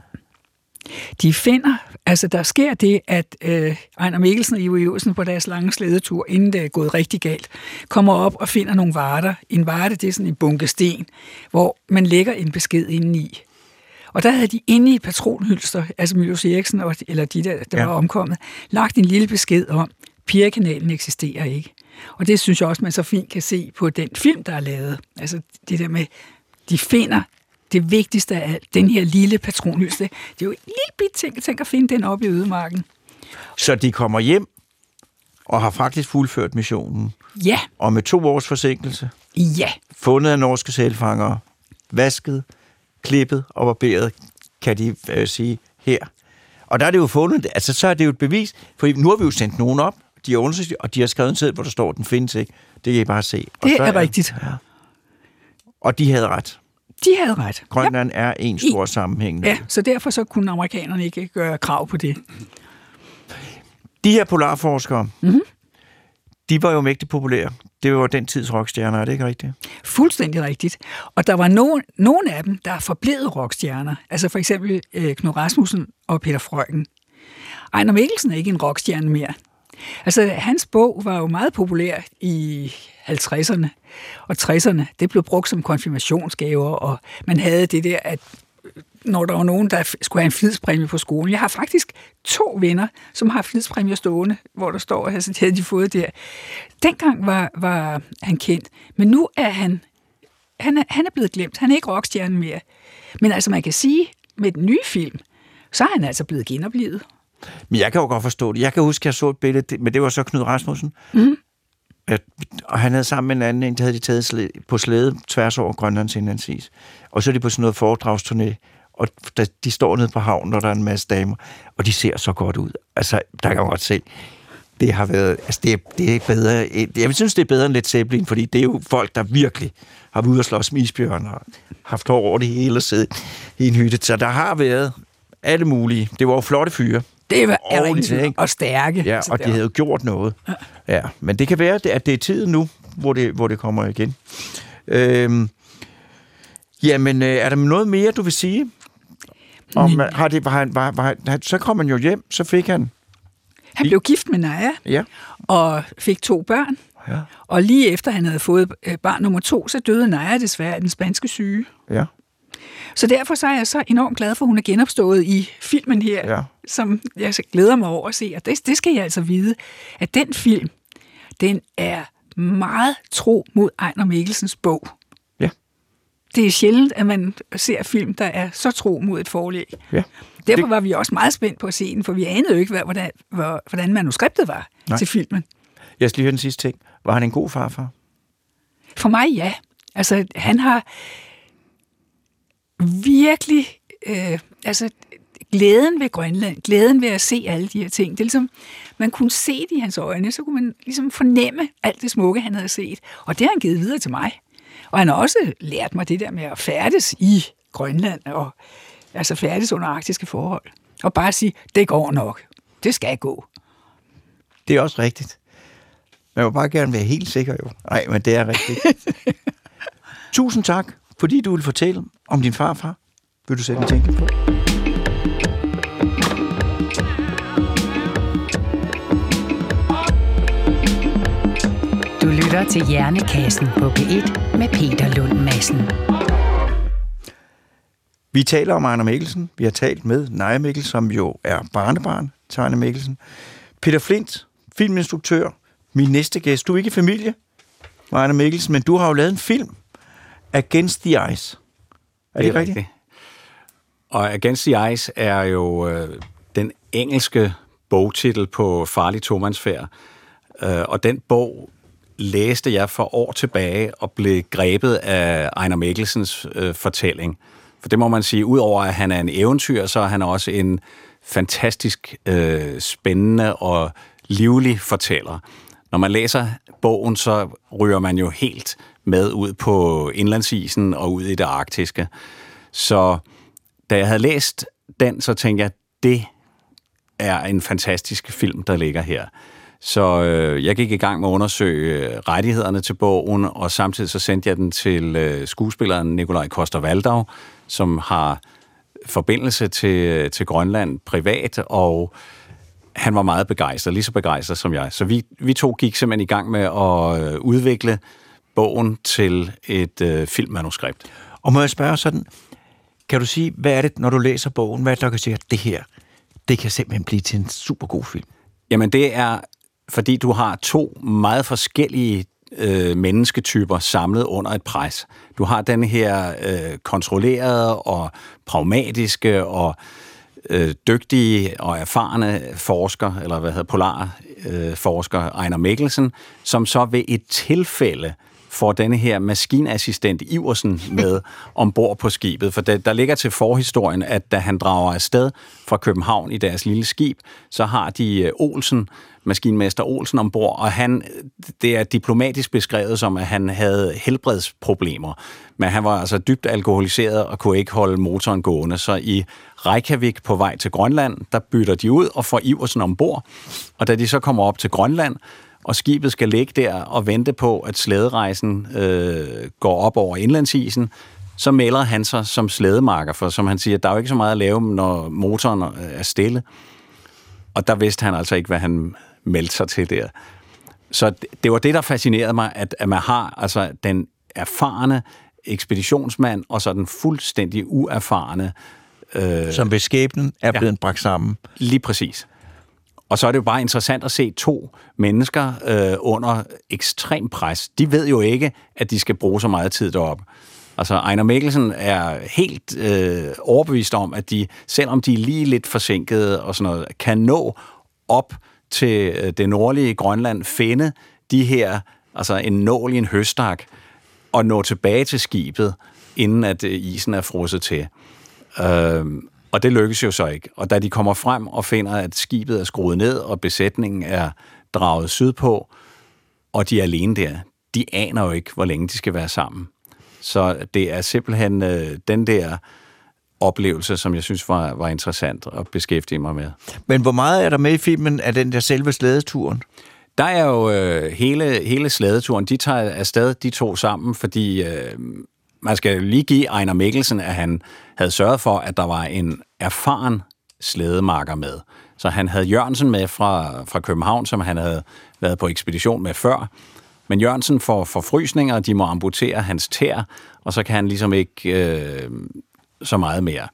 [SPEAKER 3] De finder, altså der sker det, at øh, Ejnar Mikkelsen og Ivo Iversen på deres lange slædetur, inden det er gået rigtig galt, kommer op og finder nogle varter. En varte, det er sådan en bunke sten, hvor man lægger en besked indeni. Og der havde de inde i patronhylster, altså Mylius Eriksen, og, eller de der, der ja. var omkommet, lagt en lille besked om, Pirekanalen eksisterer ikke. Og det synes jeg også, man så fint kan se på den film, der er lavet. Altså det der med, de finder det vigtigste af alt, den her lille patronhylste. Det er jo en lille bit ting, tænk at finde den op i ødemarken.
[SPEAKER 2] Så de kommer hjem og har faktisk fuldført missionen?
[SPEAKER 3] Ja.
[SPEAKER 2] Og med to års forsinkelse?
[SPEAKER 3] Ja.
[SPEAKER 2] Fundet af norske sælfangere, vasket, klippet og barberet, kan de øh, sige her. Og der er det jo fundet, altså så er det jo et bevis, for nu har vi jo sendt nogen op, de har undersøgt, og de har skrevet en seddel, hvor der står, at den findes ikke. Det kan I bare se. Og
[SPEAKER 3] det
[SPEAKER 2] så
[SPEAKER 3] er rigtigt.
[SPEAKER 2] Ja. Og de havde ret.
[SPEAKER 3] De havde ret.
[SPEAKER 2] Grønland ja. er en stor I, sammenhæng.
[SPEAKER 3] Ja, så derfor så kunne amerikanerne ikke gøre krav på det.
[SPEAKER 2] De her polarforskere,
[SPEAKER 3] mm-hmm.
[SPEAKER 2] de var jo mægtigt populære. Det var den tids rockstjerner, er det ikke rigtigt?
[SPEAKER 3] Fuldstændig rigtigt. Og der var nogen, nogen af dem, der er forblevet rockstjerner. Altså for eksempel øh, Knud Rasmussen og Peter Freuchen. Ejnar Mikkelsen er ikke en rockstjerne mere. Altså, hans bog var jo meget populær i halvtredserne og tresserne. Det blev brugt som konfirmationsgaver, og man havde det der, at når der var nogen, der skulle have en flidspræmie på skolen. Jeg har faktisk to venner, som har flidspræmier stående, hvor der står, at det havde de fået der. Dengang var, var han kendt, men nu er han, han er, han er blevet glemt. Han er ikke rockstjerne mere. Men altså, man kan sige, med den nye film, så er han altså blevet genoplevet.
[SPEAKER 2] Men jeg kan jo godt forstå det. Jeg kan huske, at jeg så et billede, men det var så Knud Rasmussen. Mm. At, og han havde sammen med en anden, en, der havde de taget slæde, på slæde tværs over Grønlands indlandsis. Og så er de på sådan noget foredragsturné, og der, de står nede på havnen, og der er en masse damer, og de ser så godt ud. Altså, der kan man godt se, det har været, altså det er, det er bedre, jeg synes, det er bedre end Led Zeppelin, fordi det er jo folk, der virkelig har været ude og slås med isbjørn, og haft hår over det hele og siddet i en hytte. Så der har været alle mulige. Det var jo flotte fyre.
[SPEAKER 3] Det var rigtigt, og stærke.
[SPEAKER 2] Ja, og de havde jo gjort noget. Ja. Ja, men det kan være, at det er tiden nu, hvor det, hvor det kommer igen. Øhm, jamen, er der noget mere, du vil sige? Om, har det, var han, var, var, så kom han jo hjem, så fik han...
[SPEAKER 3] Han blev gift med Naja,
[SPEAKER 2] ja.
[SPEAKER 3] og fik to børn. Ja. Og lige efter han havde fået barn nummer to, så døde Naja desværre af den spanske syge.
[SPEAKER 2] Ja.
[SPEAKER 3] Så derfor så er jeg så enormt glad for, at hun er genopstået i filmen her, ja. Som jeg så glæder mig over at se. Og det, det skal jeg altså vide, at den film, den er meget tro mod Ejnar Mikkelsens bog.
[SPEAKER 2] Ja.
[SPEAKER 3] Det er sjældent, at man ser film, der er så tro mod et forlæg.
[SPEAKER 2] Ja.
[SPEAKER 3] Derfor
[SPEAKER 2] det...
[SPEAKER 3] var vi også meget spændt på at se den, for vi anede jo ikke, hvordan, hvordan manuskriptet var Nej. til filmen.
[SPEAKER 2] Jeg skal lige høre den sidste ting. Var han en god farfar?
[SPEAKER 3] For mig, ja. Altså, han har virkelig... Øh, altså, glæden ved Grønland, glæden ved at se alle de her ting, det er ligesom, man kunne se det i hans øjne, så kunne man ligesom fornemme alt det smukke, han havde set. Og det har han givet videre til mig. Og han har også lært mig det der med at færdes i Grønland, og altså færdes under arktiske forhold. Og bare sige, det går nok. Det skal gå.
[SPEAKER 2] Det er også rigtigt. Man må bare gerne være helt sikker jo. Nej, men det er rigtigt. Tusind tak, fordi du vil fortælle om din farfar. Vil du sætte en tænke på?
[SPEAKER 1] Du lytter til Hjernekassen på P et med Peter Lund Madsen.
[SPEAKER 2] Vi taler om Ejnar Mikkelsen. Vi har talt med Naja Mikkelsen, som jo er barnebarn til Ejnar Mikkelsen. Peter Flindt, filminstruktør. Min næste gæst. Du er ikke i familie? med Ejner Mikkelsen, men du har jo lavet en film, Against the Ice. Er det, det rigtigt? rigtigt?
[SPEAKER 5] Og Against the Ice er jo øh, den engelske bogtitel på Farlig tomandsfærd. Øh, og den bog læste jeg for år tilbage og blev grebet af Ejner Mikkelsens øh, fortælling. For det må man sige, udover at han er en eventyr, så er han også en fantastisk øh, spændende og livlig fortæller. Når man læser bogen, så ryger man jo helt med ud på indlandsisen og ud i det arktiske. Så da jeg havde læst den, så tænkte jeg, det er en fantastisk film, der ligger her. Så øh, jeg gik i gang med at undersøge rettighederne til bogen, og samtidig så sendte jeg den til øh, skuespilleren Nikolaj Coster-Waldau, som har forbindelse til, til Grønland privat, og han var meget begejstret, lige så begejstret som jeg. Så vi, vi to gik simpelthen i gang med at øh, udvikle bogen til et øh, filmmanuskript.
[SPEAKER 2] Og må jeg spørge sådan, kan du sige, hvad er det, når du læser bogen, hvad er det, der kan sige, at det her, det kan simpelthen blive til en super god film?
[SPEAKER 5] Jamen det er, fordi du har to meget forskellige øh, mennesketyper samlet under et pres. Du har den her øh, kontrollerede og pragmatiske og øh, dygtige og erfarne forsker, eller hvad hedder polarforsker, øh, Ejner Mikkelsen, som så ved et tilfælde får denne her maskinassistent Iversen med ombord på skibet. For der, der ligger til forhistorien, at da han drager afsted fra København i deres lille skib, så har de Olsen, maskinmester Olsen ombord, og han, det er diplomatisk beskrevet som, at han havde helbredsproblemer. Men han var altså dybt alkoholiseret og kunne ikke holde motoren gående. Så i Reykjavik på vej til Grønland, der bytter de ud og får Iversen ombord. Og da de så kommer op til Grønland, og skibet skal ligge der og vente på, at slæderejsen øh, går op over indlandsisen, så melder han sig som slædemarker, for som han siger, der er jo ikke så meget at lave, når motoren er stille. Og der vidste han altså ikke, hvad han meldte sig til der. Så det, det var det, der fascinerede mig, at, at man har altså den erfarne ekspeditionsmand, og så den fuldstændig uerfarne...
[SPEAKER 2] Øh, som ved skæbnen er blevet ja, bragt sammen.
[SPEAKER 5] Lige præcis. Og så er det jo bare interessant at se to mennesker øh, under ekstrem pres. De ved jo ikke, at de skal bruge så meget tid deroppe. Altså, Ejner Mikkelsen er helt øh, overbevist om, at de, selvom de er lige lidt forsinkede og sådan noget, kan nå op til øh, det nordlige Grønland, finde de her, altså en nål i en høstak, og nå tilbage til skibet, inden at øh, isen er frosset til. Øh, Og det lykkes jo så ikke. Og da de kommer frem og finder, at skibet er skruet ned, og besætningen er draget sydpå, og de er alene der, de aner jo ikke, hvor længe de skal være sammen. Så det er simpelthen øh, den der oplevelse, som jeg synes var, var interessant at beskæftige mig med.
[SPEAKER 2] Men hvor meget er der med i filmen af den der selve slædeturen?
[SPEAKER 5] Der er jo øh, hele, hele slædeturen, de tager afsted, de to sammen, fordi... Øh, Man skal lige give Ejner Mikkelsen, at han havde sørget for, at der var en erfaren slædemarker med. Så han havde Jørgensen med fra, fra København, som han havde været på ekspedition med før. Men Jørgensen får forfrysninger, og de må amputere hans tær, og så kan han ligesom ikke øh, så meget mere.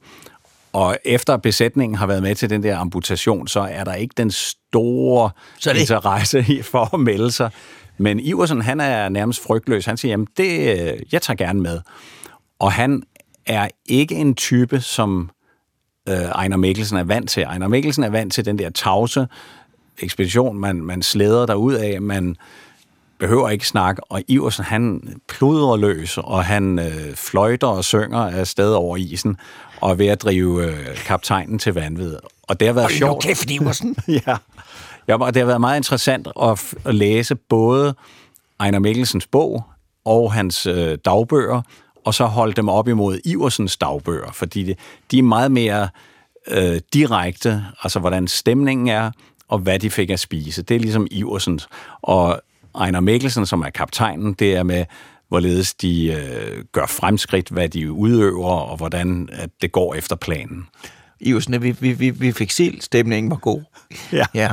[SPEAKER 5] Og efter besætningen har været med til den der amputation, så er der ikke den store det... interesse for at melde sig. Men Iversen, han er nærmest frygtløs. Han siger, jamen, det, jeg tager gerne med. Og han er ikke en type, som øh, Ejner Mikkelsen er vant til. Ejner Mikkelsen er vant til den der tavse ekspedition, man, man slæder derud af, man behøver ikke snakke. Og Iversen, han pludrer løs, og han øh, fløjter og synger afsted over isen, og er ved at drive øh, kaptajnen til vanvid. Og det har været sjovt.
[SPEAKER 2] Hold nu kæft, Iversen!
[SPEAKER 5] Ja. Ja, det har været meget interessant at, at læse både Ejner Mikkelsens bog og hans øh, dagbøger, og så holde dem op imod Iversens dagbøger, fordi de, de er meget mere øh, direkte, altså hvordan stemningen er, og hvad de fik at spise. Det er ligesom Iversens. Og Ejner Mikkelsen, som er kaptajnen, det er med, hvorledes de øh, gør fremskridt, hvad de udøver, og hvordan at det går efter planen.
[SPEAKER 2] Iversen, vi, vi, vi, vi fik sild, stemningen var god.
[SPEAKER 5] Ja.
[SPEAKER 2] Ja.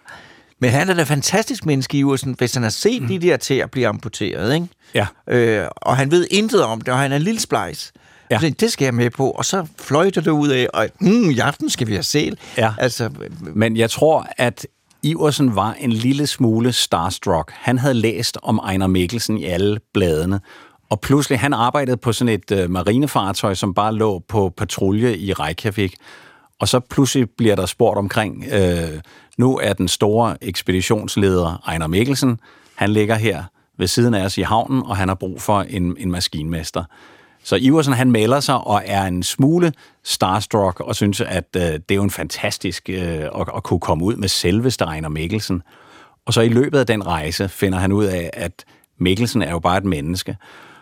[SPEAKER 2] Men han er da fantastisk menneske, Iversen, hvis han har set mm. de der til at blive amputeret, ikke?
[SPEAKER 5] Ja.
[SPEAKER 2] Øh, og han ved intet om det, og han er en lille splejs. Ja. Så det skal jeg med på, og så fløjter det ud af, og mm, i aften skal vi have sæl.
[SPEAKER 5] Ja.
[SPEAKER 2] Altså,
[SPEAKER 5] men jeg tror, at Iversen var en lille smule starstruck. Han havde læst om Einar Mikkelsen i alle bladene, og pludselig, han arbejdede på sådan et øh, marinefartøj, som bare lå på patrulje i Reykjavik, og så pludselig bliver der spurgt omkring, øh, nu er den store ekspeditionsleder Einar Mikkelsen, han ligger her ved siden af os i havnen, og han har brug for en, en maskinmester. Så Iversen, han melder sig og er en smule starstruck og synes, at øh, det er jo en fantastisk øh, at, at kunne komme ud med selveste Einar Mikkelsen. Og så i løbet af den rejse finder han ud af, at Mikkelsen er jo bare et menneske.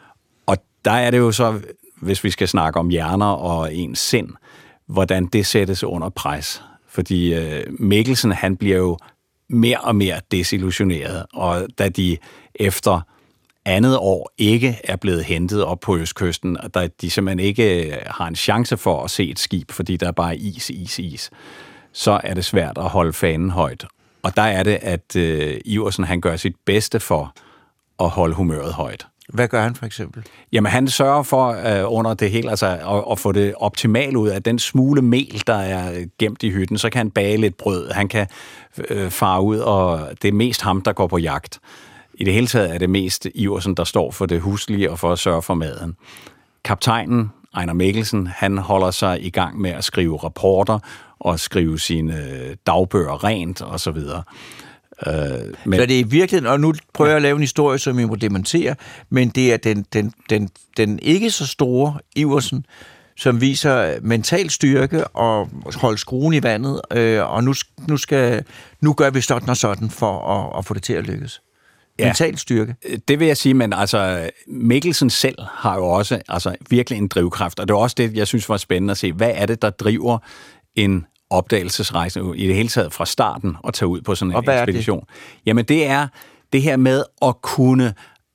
[SPEAKER 5] Og der er det jo så, hvis vi skal snakke om hjerner og ens sind, hvordan det sættes under pres. Fordi øh, Mikkelsen, han bliver jo mere og mere desillusioneret, og da de efter andet år ikke er blevet hentet op på østkysten, og der de simpelthen ikke har en chance for at se et skib, fordi der er bare is, is, is, så er det svært at holde fanen højt. Og der er det, at øh, Iversen, han gør sit bedste for at holde humøret højt.
[SPEAKER 2] Hvad gør han for eksempel?
[SPEAKER 5] Jamen, han sørger for øh, under det hele, altså at, at få det optimalt ud af den smule mel, der er gemt i hytten. Så kan han bage lidt brød, han kan øh, fare ud, og det er mest ham, der går på jagt. I det hele taget er det mest Iversen, der står for det huslige og for at sørge for maden. Kaptajnen, Einar Mikkelsen, han holder sig i gang med at skrive rapporter og skrive sine dagbøger rent og så videre. Øh, men
[SPEAKER 2] så det er i virkeligheden, og nu prøver jeg at lave en historie, som jeg må demontere, men det er den, den, den, den ikke så store Iversen, som viser mental styrke og holde skruen i vandet, øh, og nu, nu, skal, nu gør vi sådan og sådan for at, at få det til at lykkes. Ja, mental styrke.
[SPEAKER 5] Det vil jeg sige, men altså Mikkelsen selv har jo også altså, virkelig en drivkraft, og det er også det, jeg synes var spændende at se. Hvad er det, der driver en opdagelsesrejse i det hele taget fra starten og tage ud på sådan en ekspedition? Det? Jamen det er det her med at kunne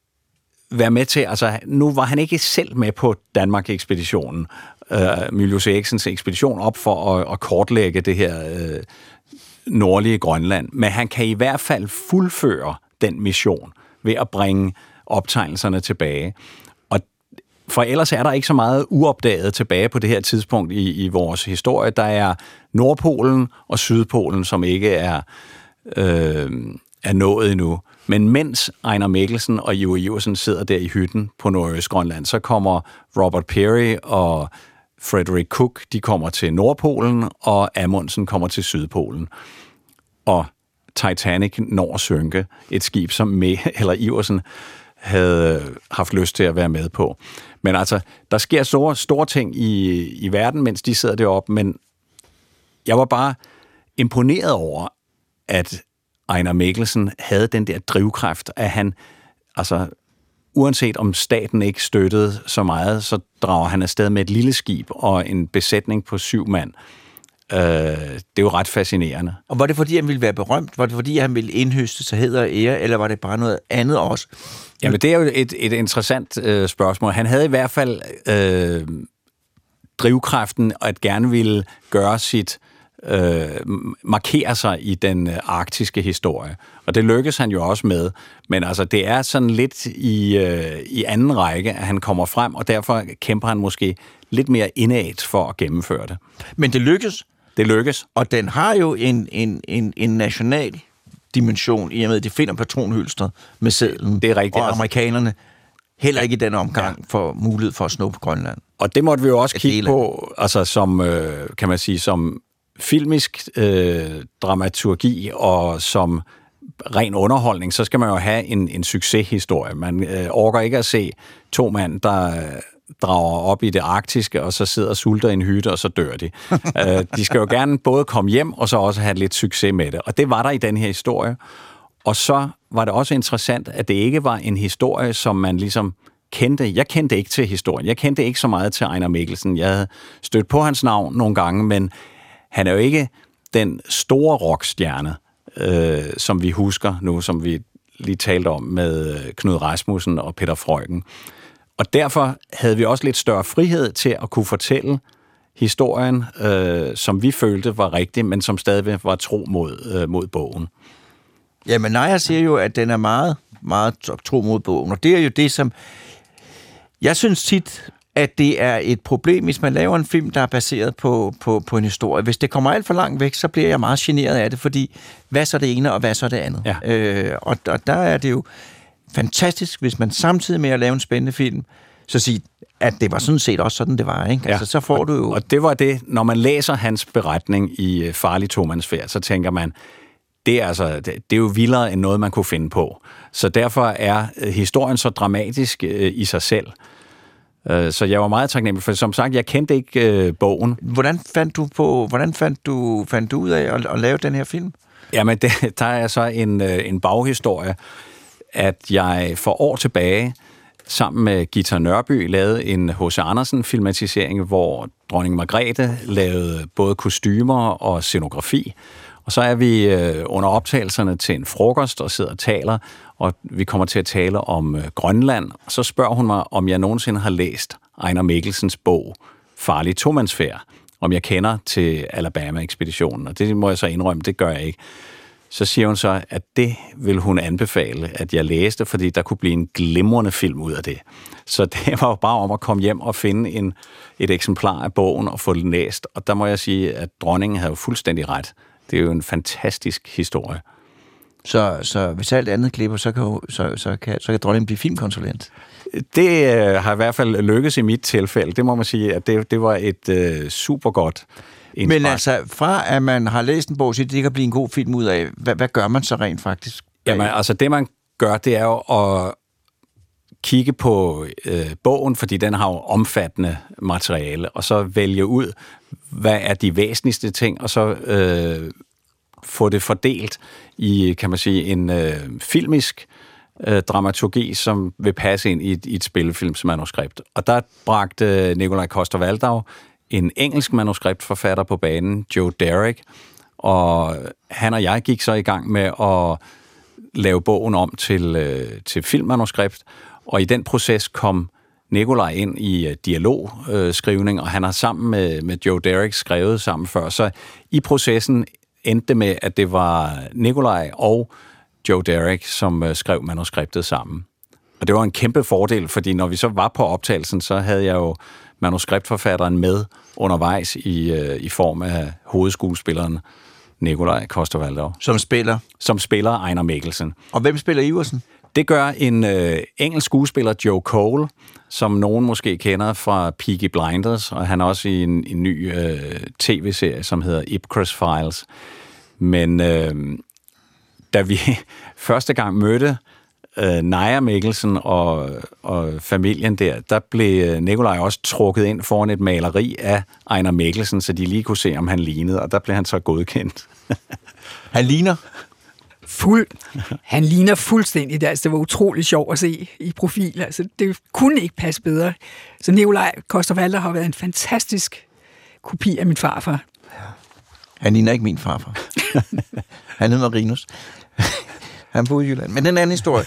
[SPEAKER 5] være med til, altså nu var han ikke selv med på Danmark-ekspeditionen, øh, Mylius Eriksens ekspedition op for at, at kortlægge det her øh, nordlige Grønland, men han kan i hvert fald fuldføre den mission ved at bringe optegnelserne tilbage. Og for ellers er der ikke så meget uopdaget tilbage på det her tidspunkt i, i vores historie. Der er Nordpolen og Sydpolen, som ikke er, øh, er nået endnu. Men mens Einar Mikkelsen og Iver Iversen sidder der i hytten på Nordøstgrønland, så kommer Robert Peary og Frederick Cook, de kommer til Nordpolen, og Amundsen kommer til Sydpolen. Og Titanic når at synke, et skib, som med, eller Iversen havde haft lyst til at være med på. Men altså, der sker store, store ting i, i verden, mens de sidder deroppe, men jeg var bare imponeret over, at Einar Mikkelsen havde den der drivkraft, at han, altså, uanset om staten ikke støttede så meget, så drager han afsted med et lille skib og en besætning på syv mand. Uh, det er jo ret fascinerende.
[SPEAKER 2] Og var det fordi, han ville være berømt? Var det fordi, han ville indhøste sig heder og ære, eller var det bare noget andet også?
[SPEAKER 5] Jamen, det er jo et, et interessant uh, spørgsmål. Han havde i hvert fald uh, drivkraften at gerne ville gøre sit, uh, markere sig i den uh, arktiske historie. Og det lykkes han jo også med. Men altså, det er sådan lidt i, uh, i anden række, at han kommer frem, og derfor kæmper han måske lidt mere indad for at gennemføre det.
[SPEAKER 2] Men det lykkes?
[SPEAKER 5] Det lykkes.
[SPEAKER 2] Og den har jo en, en, en, en national dimension, i og med, at de finder patronhylstret med sedlen.
[SPEAKER 5] Det er rigtigt.
[SPEAKER 2] Og amerikanerne heller ikke i den omgang ja. får mulighed for at snuppe Grønland.
[SPEAKER 5] Og det måtte vi jo også kigge på, altså som, øh, kan man sige, som filmisk øh, dramaturgi og som ren underholdning, så skal man jo have en, en succeshistorie. Man øh, orker ikke at se to mand, der drager op i det arktiske, og så sidder og sulter i en hytte, og så dør de. uh, de skal jo gerne både komme hjem, og så også have lidt succes med det. Og det var der i den her historie. Og så var det også interessant, at det ikke var en historie, som man ligesom kendte. Jeg kendte ikke til historien. Jeg kendte ikke så meget til Einar Mikkelsen. Jeg havde stødt på hans navn nogle gange, men han er jo ikke den store rockstjerne, øh, som vi husker nu, som vi lige talte om med Knud Rasmussen og Peter Freuchen. Og derfor havde vi også lidt større frihed til at kunne fortælle historien, øh, som vi følte var rigtig, men som stadig var tro mod, øh, mod bogen.
[SPEAKER 2] Jamen, Naja siger jo, at den er meget, meget tro mod bogen, og det er jo det, som jeg synes tit, at det er et problem, hvis man laver en film, der er baseret på, på, på en historie. Hvis det kommer alt for langt væk, så bliver jeg meget generet af det, fordi hvad så det ene, og hvad så det andet?
[SPEAKER 5] Ja.
[SPEAKER 2] Øh, og, og der er det jo fantastisk, hvis man samtidig med at lave en spændende film, så siger, at det var sådan set også sådan, det var. Ikke?
[SPEAKER 5] Ja.
[SPEAKER 2] Altså, så får du jo...
[SPEAKER 5] Og det var det, når man læser hans beretning i Farlig tomandsfærd, så tænker man, det er, altså, det, det er jo vildere end noget, man kunne finde på. Så derfor er historien så dramatisk øh, i sig selv. Øh, så jeg var meget taknemmelig, for som sagt, jeg kendte ikke øh, bogen.
[SPEAKER 2] Hvordan fandt du på, hvordan fandt du, fandt du ud af at, at lave den her film?
[SPEAKER 5] Jamen, det, der er så en, øh, en baghistorie, at jeg for år tilbage sammen med Githa Nørby lavede en H C Andersen-filmatisering, hvor dronning Margrethe lavede både kostymer og scenografi. Og så er vi øh, under optagelserne til en frokost og sidder og taler, og vi kommer til at tale om øh, Grønland. Og så spørger hun mig, om jeg nogensinde har læst Ejnar Mikkelsens bog Farlig tomandsfærd, om jeg kender til Alabama-ekspeditionen. Og det må jeg så indrømme, det gør jeg ikke. Så siger hun så, at det vil hun anbefale, at jeg læste, fordi der kunne blive en glimrende film ud af det. Så det var jo bare om at komme hjem og finde en, et eksemplar af bogen og få den læst. Og der må jeg sige, at dronningen havde jo fuldstændig ret. Det er jo en fantastisk historie.
[SPEAKER 2] Så, så hvis alt andet klipper, så kan, så, så kan, så kan dronningen blive filmkonsulent?
[SPEAKER 5] Det øh, har i hvert fald lykkes i mit tilfælde. Det må man sige, at det, det var et øh, super godt indspark.
[SPEAKER 2] Men altså, fra at man har læst en bog, så det kan blive en god film ud af, hvad, hvad gør man så rent faktisk?
[SPEAKER 5] Jamen, altså det man gør, det er jo at kigge på øh, bogen, fordi den har jo omfattende materiale, og så vælge ud, hvad er de væsentligste ting, og så øh, få det fordelt i, kan man sige, en øh, filmisk øh, dramaturgi, som vil passe ind i et, i et spillefilmsmanuskript. Og der bragte Nikolaj Coster-Waldau en engelsk manuskriptforfatter på banen, Joe Derrick, og han og jeg gik så i gang med at lave bogen om til, øh, til filmmanuskript, og i den proces kom Nikolaj ind i uh, dialogskrivning, og han har sammen med, med Joe Derrick skrevet sammen før. Så i processen endte det med, at det var Nikolaj og Joe Derrick, som uh, skrev manuskriptet sammen. Og det var en kæmpe fordel, fordi når vi så var på optagelsen, så havde jeg jo manuskriptforfatteren med undervejs i, uh, i form af hovedskuespilleren Nikolaj Coster-Waldau.
[SPEAKER 2] Som spiller?
[SPEAKER 5] Som spiller Ejnar Mikkelsen.
[SPEAKER 2] Og hvem spiller Iversen?
[SPEAKER 5] Det gør en øh, engelsk skuespiller, Joe Cole, som nogen måske kender fra Peaky Blinders, og han er også i en, en ny øh, tv-serie, som hedder Ipcress Files. Men øh, da vi første gang mødte øh, Naja Mikkelsen og, og familien der, der blev Nikolaj også trukket ind foran et maleri af Ejnar Mikkelsen, så de lige kunne se, om han lignede, og der blev han så godkendt.
[SPEAKER 2] Han ligner?
[SPEAKER 3] Fuld. Han ligner fuldstændig. Det, altså, det var utrolig sjovt at se i profil. Altså, det kunne ikke passe bedre. Så Nikolaj Coster-Waldau har været en fantastisk kopi af min farfar.
[SPEAKER 2] Han ligner ikke min farfar. Han hedder Marinus. Han boede i Jylland. Men den anden historie.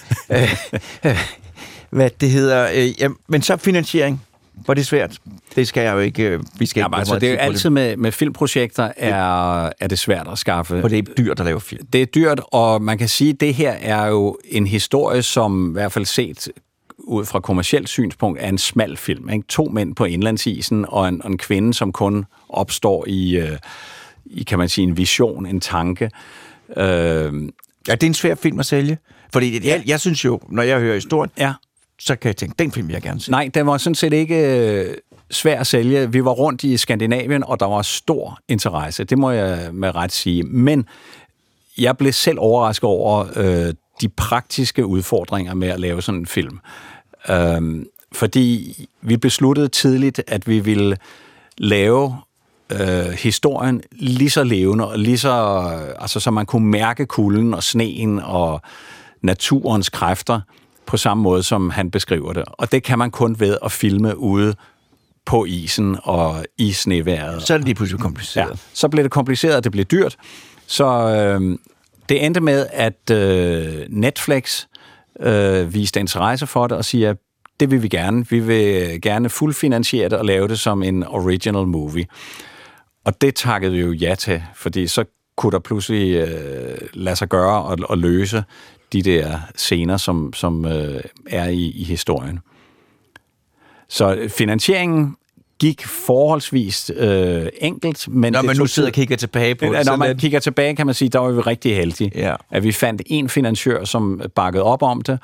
[SPEAKER 2] Hvad det hedder. Øh, ja, men så finansiering. Var det svært? Det skal jeg jo ikke... Vi skal
[SPEAKER 5] ja,
[SPEAKER 2] ikke
[SPEAKER 5] altså, det er jo altid med, med filmprojekter, er, er det svært at skaffe.
[SPEAKER 2] For det er dyrt at lave film.
[SPEAKER 5] Det er dyrt, og man kan sige, at det her er jo en historie, som i hvert fald set ud fra kommercielt synspunkt er en smal film. Ikke? To mænd på indlandsisen, og en, og en kvinde, som kun opstår i, øh, i, kan man sige, en vision, en tanke. Øh,
[SPEAKER 2] ja, det er en svær film at sælge. Fordi det, jeg, jeg synes jo, når jeg hører historien,
[SPEAKER 5] ja.
[SPEAKER 2] så kan jeg tænke, den film vil jeg gerne se.
[SPEAKER 5] Nej, den var sådan set ikke øh, svær at sælge. Vi var rundt i Skandinavien, og der var stor interesse. Det må jeg med ret sige. Men jeg blev selv overrasket over øh, de praktiske udfordringer med at lave sådan en film. Øh, fordi vi besluttede tidligt, at vi ville lave øh, historien lige så levende, og lige så, altså, så man kunne mærke kulden og sneen og naturens kræfter, på samme måde, som han beskriver det. Og det kan man kun ved at filme ude på isen og i snevejret.
[SPEAKER 2] Så er det lige pludselig kompliceret.
[SPEAKER 5] Ja, så blev det kompliceret, og det blev dyrt. Så øh, det endte med, at øh, Netflix øh, viste interesse for det og siger, det vil vi gerne. Vi vil gerne fuldfinansiere det og lave det som en original movie. Og det takkede vi jo ja til, fordi så kunne der pludselig øh, lade sig gøre og, og løse de der scener, som, som øh, er i, i historien. Så finansieringen gik forholdsvis øh, enkelt. Men
[SPEAKER 2] når man
[SPEAKER 5] det
[SPEAKER 2] nu sidder og kigger tilbage på det.
[SPEAKER 5] Når man lidt... kigger tilbage, kan man sige, der var vi rigtig heldige.
[SPEAKER 2] Ja.
[SPEAKER 5] At vi fandt en finansiør, som bakkede op om det,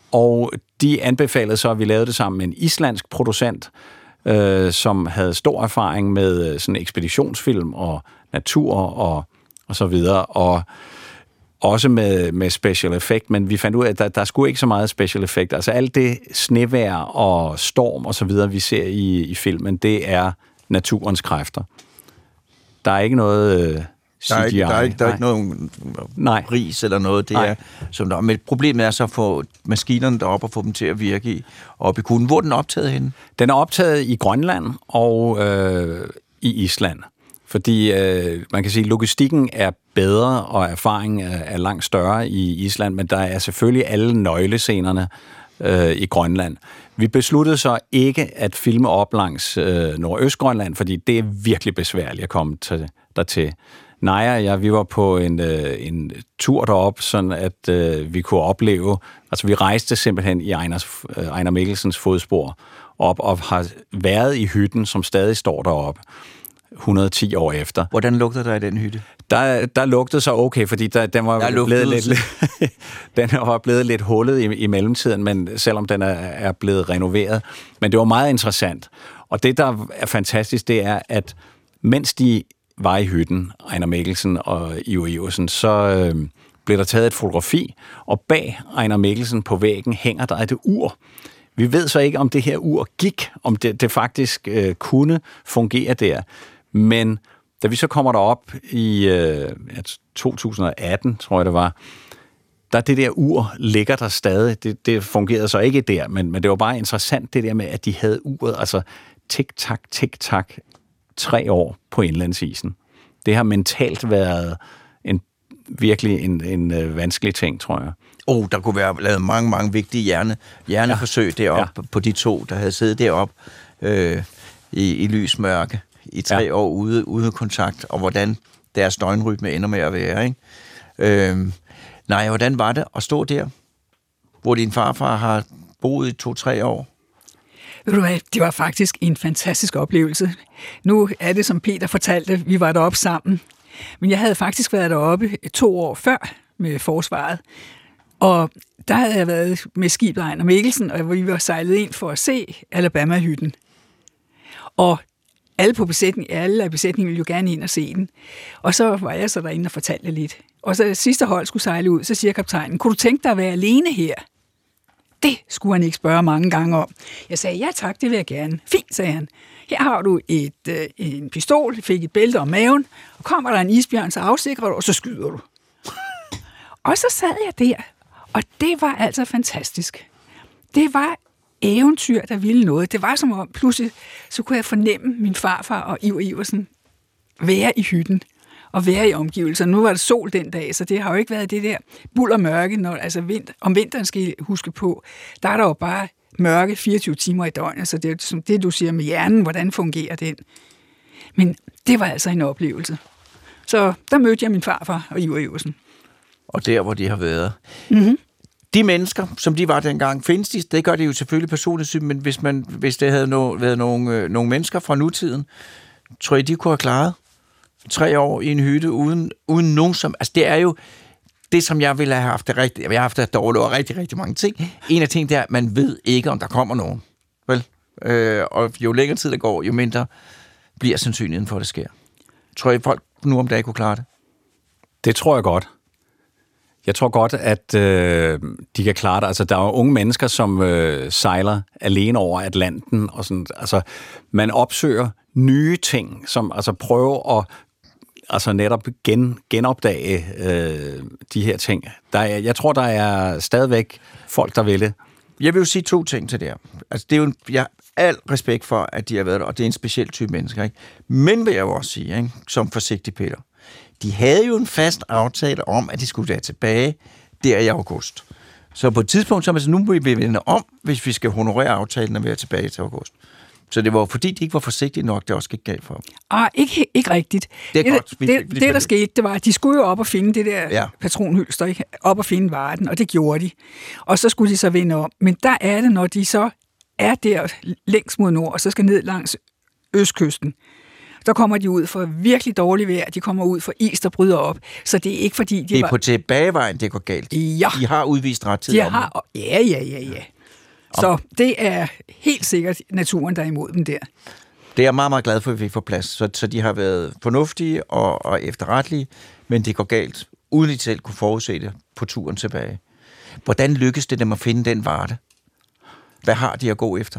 [SPEAKER 5] og de anbefalede så, at vi lavede det sammen med en islandsk producent, øh, som havde stor erfaring med sådan ekspeditionsfilm og natur og, og så videre, og også med, med special effect, men vi fandt ud af, at der, der skulle ikke så meget special effect. Altså alt det snevejr og storm og så videre, vi ser i, i filmen, det er naturens kræfter. Der er ikke noget øh, C G I.
[SPEAKER 2] Der er ikke, der er ikke, der er ikke nogen
[SPEAKER 5] Nej.
[SPEAKER 2] pris eller noget. Det er, som der, men problemet er så at få maskinerne deroppe og få dem til at virke i, op i kulden. Hvor er den optaget henne? Den
[SPEAKER 5] er optaget i Grønland og øh, i Island. Fordi øh, man kan sige, at logistikken er bedre, og erfaringen er, er langt større i Island, men der er selvfølgelig alle nøglescenerne øh, i Grønland. Vi besluttede så ikke at filme op langs øh, Nordøstgrønland, fordi det er virkelig besværligt at komme til, dertil. Naja og jeg, vi var på en, øh, en tur derop, sådan at øh, vi kunne opleve, altså vi rejste simpelthen i Ejners, øh, Ejner Mikkelsens fodspor op, og har været i hytten, som stadig står deroppe et hundrede og ti år efter.
[SPEAKER 2] Hvordan lugtede der i den hytte?
[SPEAKER 5] Der, der lugtede så okay, fordi der, den var
[SPEAKER 2] der
[SPEAKER 5] blevet lidt, den var blevet lidt hullet i, i mellemtiden, men selvom den er, er blevet renoveret. Men det var meget interessant. Og det, der er fantastisk, det er, at mens de var i hytten, Ejner Mikkelsen og Ivo Iversen, så øh, blev der taget et fotografi, og bag Ejner Mikkelsen på væggen hænger der et ur. Vi ved så ikke, om det her ur gik, om det, det faktisk øh, kunne fungere der. Men da vi så kommer derop i øh, to tusind og atten, tror jeg det var, der det der ur ligger der stadig. Det, det fungerede så ikke der, men, men det var bare interessant det der med, at de havde uret, altså tik-tak, tik-tak, tre år på indlandsisen. Det har mentalt været en virkelig en, en øh, vanskelig ting, tror jeg.
[SPEAKER 2] Oh, der kunne være lavet mange, mange vigtige hjerne, hjerneforsøg ja. deroppe ja. på de to, der havde siddet deroppe øh, i, i lysmørke i tre ja. år ude, ude kontakt, og hvordan deres døgnrytme ender med at være. Ikke? Øh, nej, hvordan var det at stå der, hvor din farfar har boet i to-tre år?
[SPEAKER 3] Ved du hvad, det var faktisk en fantastisk oplevelse. Nu er det, som Peter fortalte, vi var deroppe sammen. Men jeg havde faktisk været deroppe to år før med forsvaret. Og der havde jeg været med skibet Ejner Mikkelsen, og vi var sejlet ind for at se Alabama-hytten. Og alle på besætningen, alle af besætningen ville jo gerne ind og se den. Og så var jeg så derinde og fortalte lidt. Og så det sidste hold skulle sejle ud, så siger kaptajnen, kunne du tænke dig at være alene her? Det skulle han ikke spørge mange gange om. Jeg sagde, ja tak, det vil jeg gerne. Fint, sagde han. Her har du et, øh, en pistol, fik et bælte om maven, og kommer der en isbjørn, så afsikrer du, og så skyder du. Og så sad jeg der, og det var altså fantastisk. Det var eventyr, der ville noget. Det var som om, pludselig, så kunne jeg fornemme min farfar og Ivo Iversen være i hytten og være i omgivelser. Nu var det sol den dag, så det har jo ikke været det der buld og mørke, når, altså vinter, om vinteren skal I huske på, der er der jo bare mørke fireogtyve timer i døgnet, så det er som det, du siger med hjernen, hvordan fungerer den. Men det var altså en oplevelse. Så der mødte jeg min farfar og Ivo Iversen.
[SPEAKER 2] Og der, hvor de har været.
[SPEAKER 3] Mm-hmm.
[SPEAKER 2] De mennesker, som de var dengang, findes de? Det gør det jo selvfølgelig personligt syn, men hvis, man, hvis det havde no, været nogle, øh, nogle mennesker fra nutiden, tror jeg, de kunne have klaret tre år i en hytte uden, uden nogen som... Altså, det er jo det, som jeg ville have haft det rigtigt. Jeg har haft det dårligt over rigtig, rigtig mange ting. En af tingene, det er, at man ved ikke, om der kommer nogen. Vel? Øh, og jo længere tid der går, jo mindre bliver sandsynligheden for, at det sker. Tror jeg, folk nu om dagen kunne klare det?
[SPEAKER 5] Det tror jeg godt. Jeg tror godt, at øh, de kan klare det. Altså, der er jo unge mennesker, som øh, sejler alene over Atlanten. Og sådan, altså, man opsøger nye ting, som altså prøver at altså netop gen, genopdage øh, de her ting. Der er, jeg tror, der er stadigvæk folk, der vil det.
[SPEAKER 2] Jeg vil jo sige to ting til det her. Altså, det er jo en, jeg har al respekt for, at de har været der, og det er en speciel type mennesker, ikke? Men vil jeg jo også sige, ikke? Som forsigtig Peter, de havde jo en fast aftale om, at de skulle være tilbage der i august. Så på et tidspunkt, så er man så, nu må vi vende om, hvis vi skal honorere aftalen og være tilbage til august. Så det var fordi, de ikke var forsigtige nok, det også gik galt for dem.
[SPEAKER 3] Ah, ikke, ikke rigtigt.
[SPEAKER 2] Det er
[SPEAKER 3] det,
[SPEAKER 2] godt. Vi,
[SPEAKER 3] det,
[SPEAKER 2] vi, vi,
[SPEAKER 3] det, der skete, det var, at de skulle jo op og finde det der
[SPEAKER 2] ja.
[SPEAKER 3] patronhylster, ikke? Op og finde varden, og det gjorde de. Og så skulle de så vende om. Men der er det, når de så er der længst mod nord, og så skal ned langs østkysten, der kommer de ud for virkelig dårligt vejr, de kommer ud for is, der bryder op. Så det er ikke fordi, de
[SPEAKER 2] Det er
[SPEAKER 3] var...
[SPEAKER 2] på tilbagevejen, det går galt.
[SPEAKER 3] Ja.
[SPEAKER 2] De har udvist rettidig
[SPEAKER 3] De har... Ja, ja, ja, ja. Så det er helt sikkert naturen, der er imod dem der.
[SPEAKER 2] Det er jeg meget, meget glad for, at vi får plads. Så, så de har været fornuftige og, og efterrettelige, men det går galt, uden de selv kunne forudse det på turen tilbage. Hvordan lykkes det dem at finde den varte? Hvad har de at gå efter?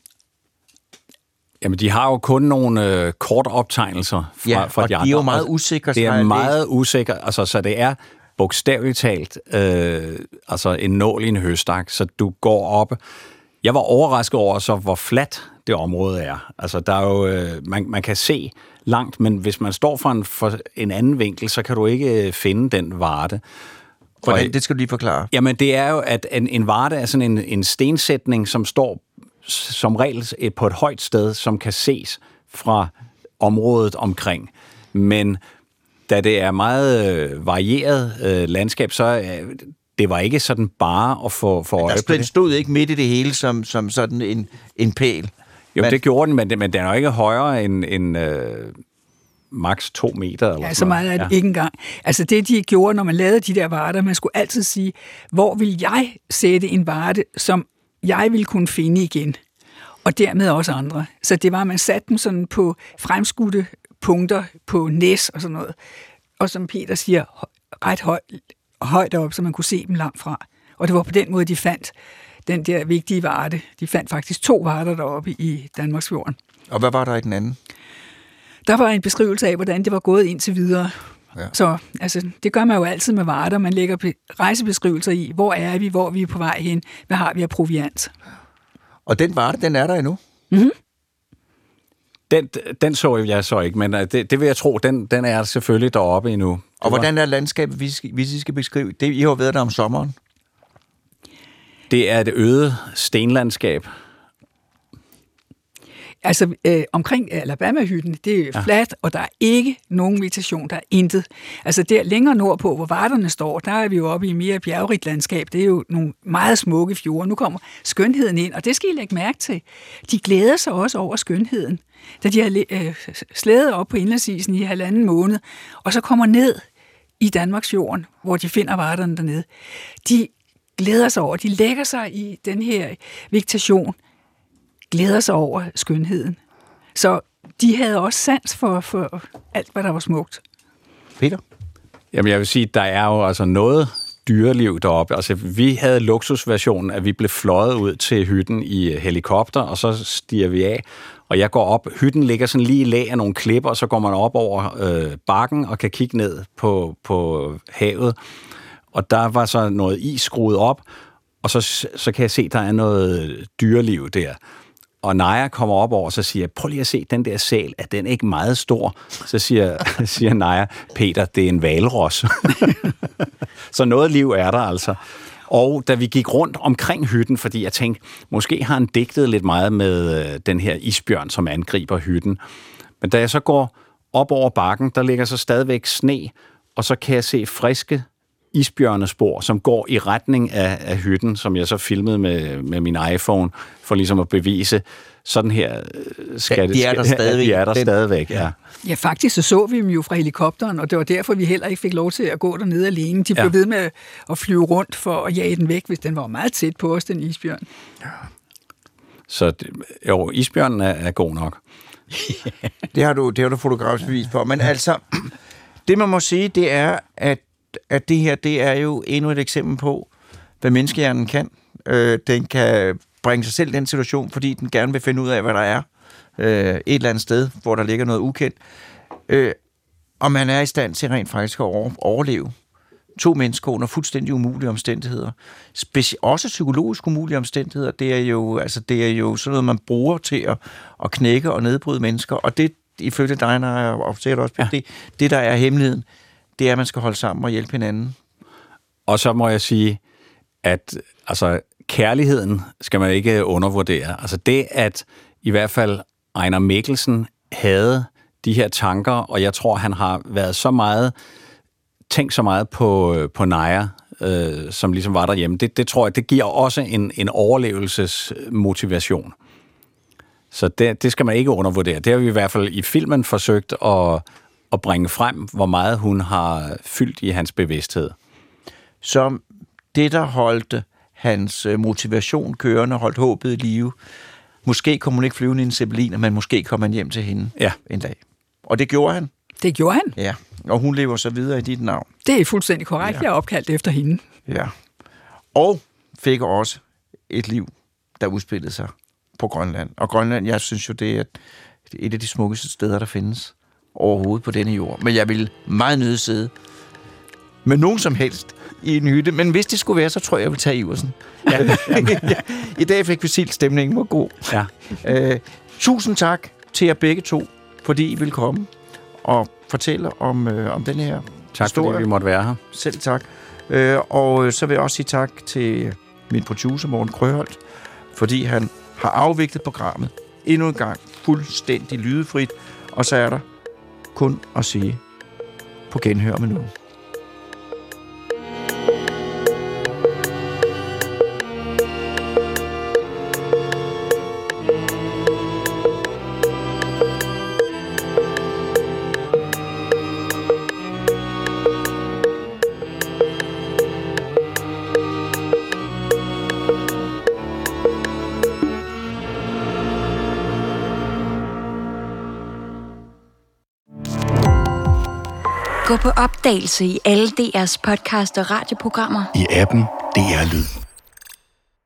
[SPEAKER 5] Jamen, de har jo kun nogle øh, korte optegnelser fra,
[SPEAKER 2] ja,
[SPEAKER 5] fra
[SPEAKER 2] og
[SPEAKER 5] de andre.
[SPEAKER 2] de er jo meget usikre.
[SPEAKER 5] Det er meget usikre, altså, så det er bogstaveligt talt øh, altså en nål i en høstak, så du går op. Jeg var overrasket over, så hvor fladt det område er. Altså, der er jo, øh, man, man kan se langt, men hvis man står fra en, for en anden vinkel, så kan du ikke finde den varte.
[SPEAKER 2] Hvordan, det skal du lige forklare.
[SPEAKER 5] Jamen, det er jo, at en, en varte er sådan en, en stensætning, som står som regel et, på et højt sted, som kan ses fra området omkring. Men da det er meget øh, varieret øh, landskab, så øh, det var ikke sådan bare at få, få øje på det.
[SPEAKER 2] Den stod ikke midt i det hele som, som sådan en, en pæl.
[SPEAKER 5] Jo,
[SPEAKER 2] men,
[SPEAKER 5] det gjorde den, men, det, men den er jo ikke højere end, end øh, maks to meter. Eller
[SPEAKER 3] ja, så meget er det ja. Ikke engang. Altså det, de gjorde, når man lavede de der varter, man skulle altid sige, hvor vil jeg sætte en varte, som jeg ville kunne finde igen, og dermed også andre. Så det var, at man satte dem sådan på fremskudte punkter på næs og sådan noget, og som Peter siger, ret høj, højt op, så man kunne se dem langt fra. Og det var på den måde, de fandt den der vigtige varte. De fandt faktisk to varter deroppe i Danmarksfjorden.
[SPEAKER 2] Og hvad var der i den anden?
[SPEAKER 3] Der var en beskrivelse af, hvordan det var gået indtil videre. Ja. Så altså, det gør man jo altid med varter. Man lægger rejsebeskrivelser i, hvor er vi, hvor vi er på vej hen, hvad har vi af proviant.
[SPEAKER 2] Og den varte, den er der endnu?
[SPEAKER 3] Mhm.
[SPEAKER 5] Den, den så jeg så ikke, men det, det vil jeg tro, den, den er selvfølgelig deroppe endnu. Det
[SPEAKER 2] og
[SPEAKER 5] var...
[SPEAKER 2] hvordan er landskabet, hvis I skal beskrive? Det, I har været der om sommeren.
[SPEAKER 5] Det er et øde stenlandskab.
[SPEAKER 3] Altså øh, omkring Alabama-hytten, det er ja. Fladt, og der er ikke nogen vegetation, der er intet. Altså der længere nordpå, hvor varterne står, der er vi jo oppe i mere bjergrigt landskab. Det er jo nogle meget smukke fjorde. Nu kommer skønheden ind, og det skal I lægge mærke til. De glæder sig også over skønheden. Da de har øh, slædet op på indlandsisen i halvanden måned, og så kommer ned i Danmarksfjorden, hvor de finder varterne dernede. De glæder sig over, de lægger sig i den her vegetation, glæder sig over skønheden. Så de havde også sans for, for alt, hvad der var smukt.
[SPEAKER 2] Peter?
[SPEAKER 5] Jamen, jeg vil sige, der er jo altså noget dyreliv deroppe. Altså, vi havde luksusversionen, at vi blev fløjet ud til hytten i helikopter, og så stiger vi af, og jeg går op. Hytten ligger sådan lige i lag af nogle klipper, og så går man op over øh, bakken og kan kigge ned på, på havet. Og der var så noget is skruet op, og så, så kan jeg se, at der er noget dyreliv der. Og Naja kommer op over, og så siger jeg, prøv lige at se, den der sæl, er den ikke meget stor? Så siger, siger Naja, Peter, det er en hvalros. Så noget liv er der altså. Og da vi gik rundt omkring hytten, fordi jeg tænkte, måske har han digtet lidt meget med øh, den her isbjørn, som angriber hytten. Men da jeg så går op over bakken, der ligger så stadigvæk sne, og så kan jeg se friske isbjørnespor, som går i retning af, af hytten, som jeg så filmede med, med min iPhone, for ligesom at bevise, sådan her skal
[SPEAKER 2] ja,
[SPEAKER 5] det...
[SPEAKER 2] De er der stadigvæk.
[SPEAKER 5] De er der
[SPEAKER 2] Den,
[SPEAKER 5] stadigvæk, ja.
[SPEAKER 3] Ja, faktisk så så vi dem jo fra helikopteren, og det var derfor, vi heller ikke fik lov til at gå dernede alene. De blev ja. ved med at flyve rundt for at jage den væk, hvis den var meget tæt på os, den isbjørn.
[SPEAKER 5] Ja. Så jo, isbjørnen er, er god nok.
[SPEAKER 2] det har du, det har du fotografisk bevis på. Men altså, det man må sige, det er, at at det her, det er jo endnu et eksempel på, hvad menneskehjernen kan. Øh, den kan bringe sig selv i den situation, fordi den gerne vil finde ud af, hvad der er øh, et eller andet sted, hvor der ligger noget ukendt. Øh, og man er i stand til rent faktisk at overleve to mennesker under fuldstændig umulige omstændigheder. Speci- også psykologisk umulige omstændigheder. Det er jo, altså, det er jo sådan noget, man bruger til at, at knække og nedbryde mennesker. Og det, ifølge dig, og sikkert også, ja. det, det, der er hemmeligheden, det er, at man skal holde sammen og hjælpe hinanden.
[SPEAKER 5] Og så må jeg sige, at altså, kærligheden skal man ikke undervurdere. Altså det, at i hvert fald Einar Mikkelsen havde de her tanker, og jeg tror, han har været så meget, tænkt så meget på, på Naja, øh, som ligesom var derhjemme. Det, det tror jeg, det giver også en, en overlevelsesmotivation. Så det, det skal man ikke undervurdere. Det har vi i hvert fald i filmen forsøgt at, at bringe frem, hvor meget hun har fyldt i hans bevidsthed.
[SPEAKER 2] Som det, der holdt hans motivation kørende, holdt håbet i live. Måske kom hun ikke flyvende i en zeppelin, men måske kom han hjem til hende
[SPEAKER 5] ja.
[SPEAKER 2] en dag. Og det gjorde han.
[SPEAKER 3] Det gjorde han.
[SPEAKER 2] Ja, og hun lever så videre i dit navn.
[SPEAKER 3] Det er fuldstændig korrekt. Ja. Jeg er opkaldt efter hende.
[SPEAKER 2] Ja. Og fik også et liv, der udspillede sig på Grønland. Og Grønland, jeg synes jo, det er et af de smukkeste steder, der findes overhovedet på denne jord. Men jeg vil meget nødt sidde med nogen som helst i en hytte. Men hvis det skulle være, så tror jeg, jeg vil tage Iversen. Ja. I dag fik vi sild, stemningen var god.
[SPEAKER 5] Ja.
[SPEAKER 2] Øh, tusind tak til jer begge to, fordi I vil komme og fortælle om, øh, om den her
[SPEAKER 5] Tak
[SPEAKER 2] historie.
[SPEAKER 5] fordi vi måtte være her.
[SPEAKER 2] Selv tak. Øh, og så vil jeg også sige tak til min producer, Morten Krøholt, fordi han har afviklet programmet endnu en gang fuldstændig lydefrit. Og så er der kun at sige på genhør med nu.
[SPEAKER 6] Gå på opdagelse i alle D R's podcast og radioprogrammer.
[SPEAKER 7] I appen D R Lyd.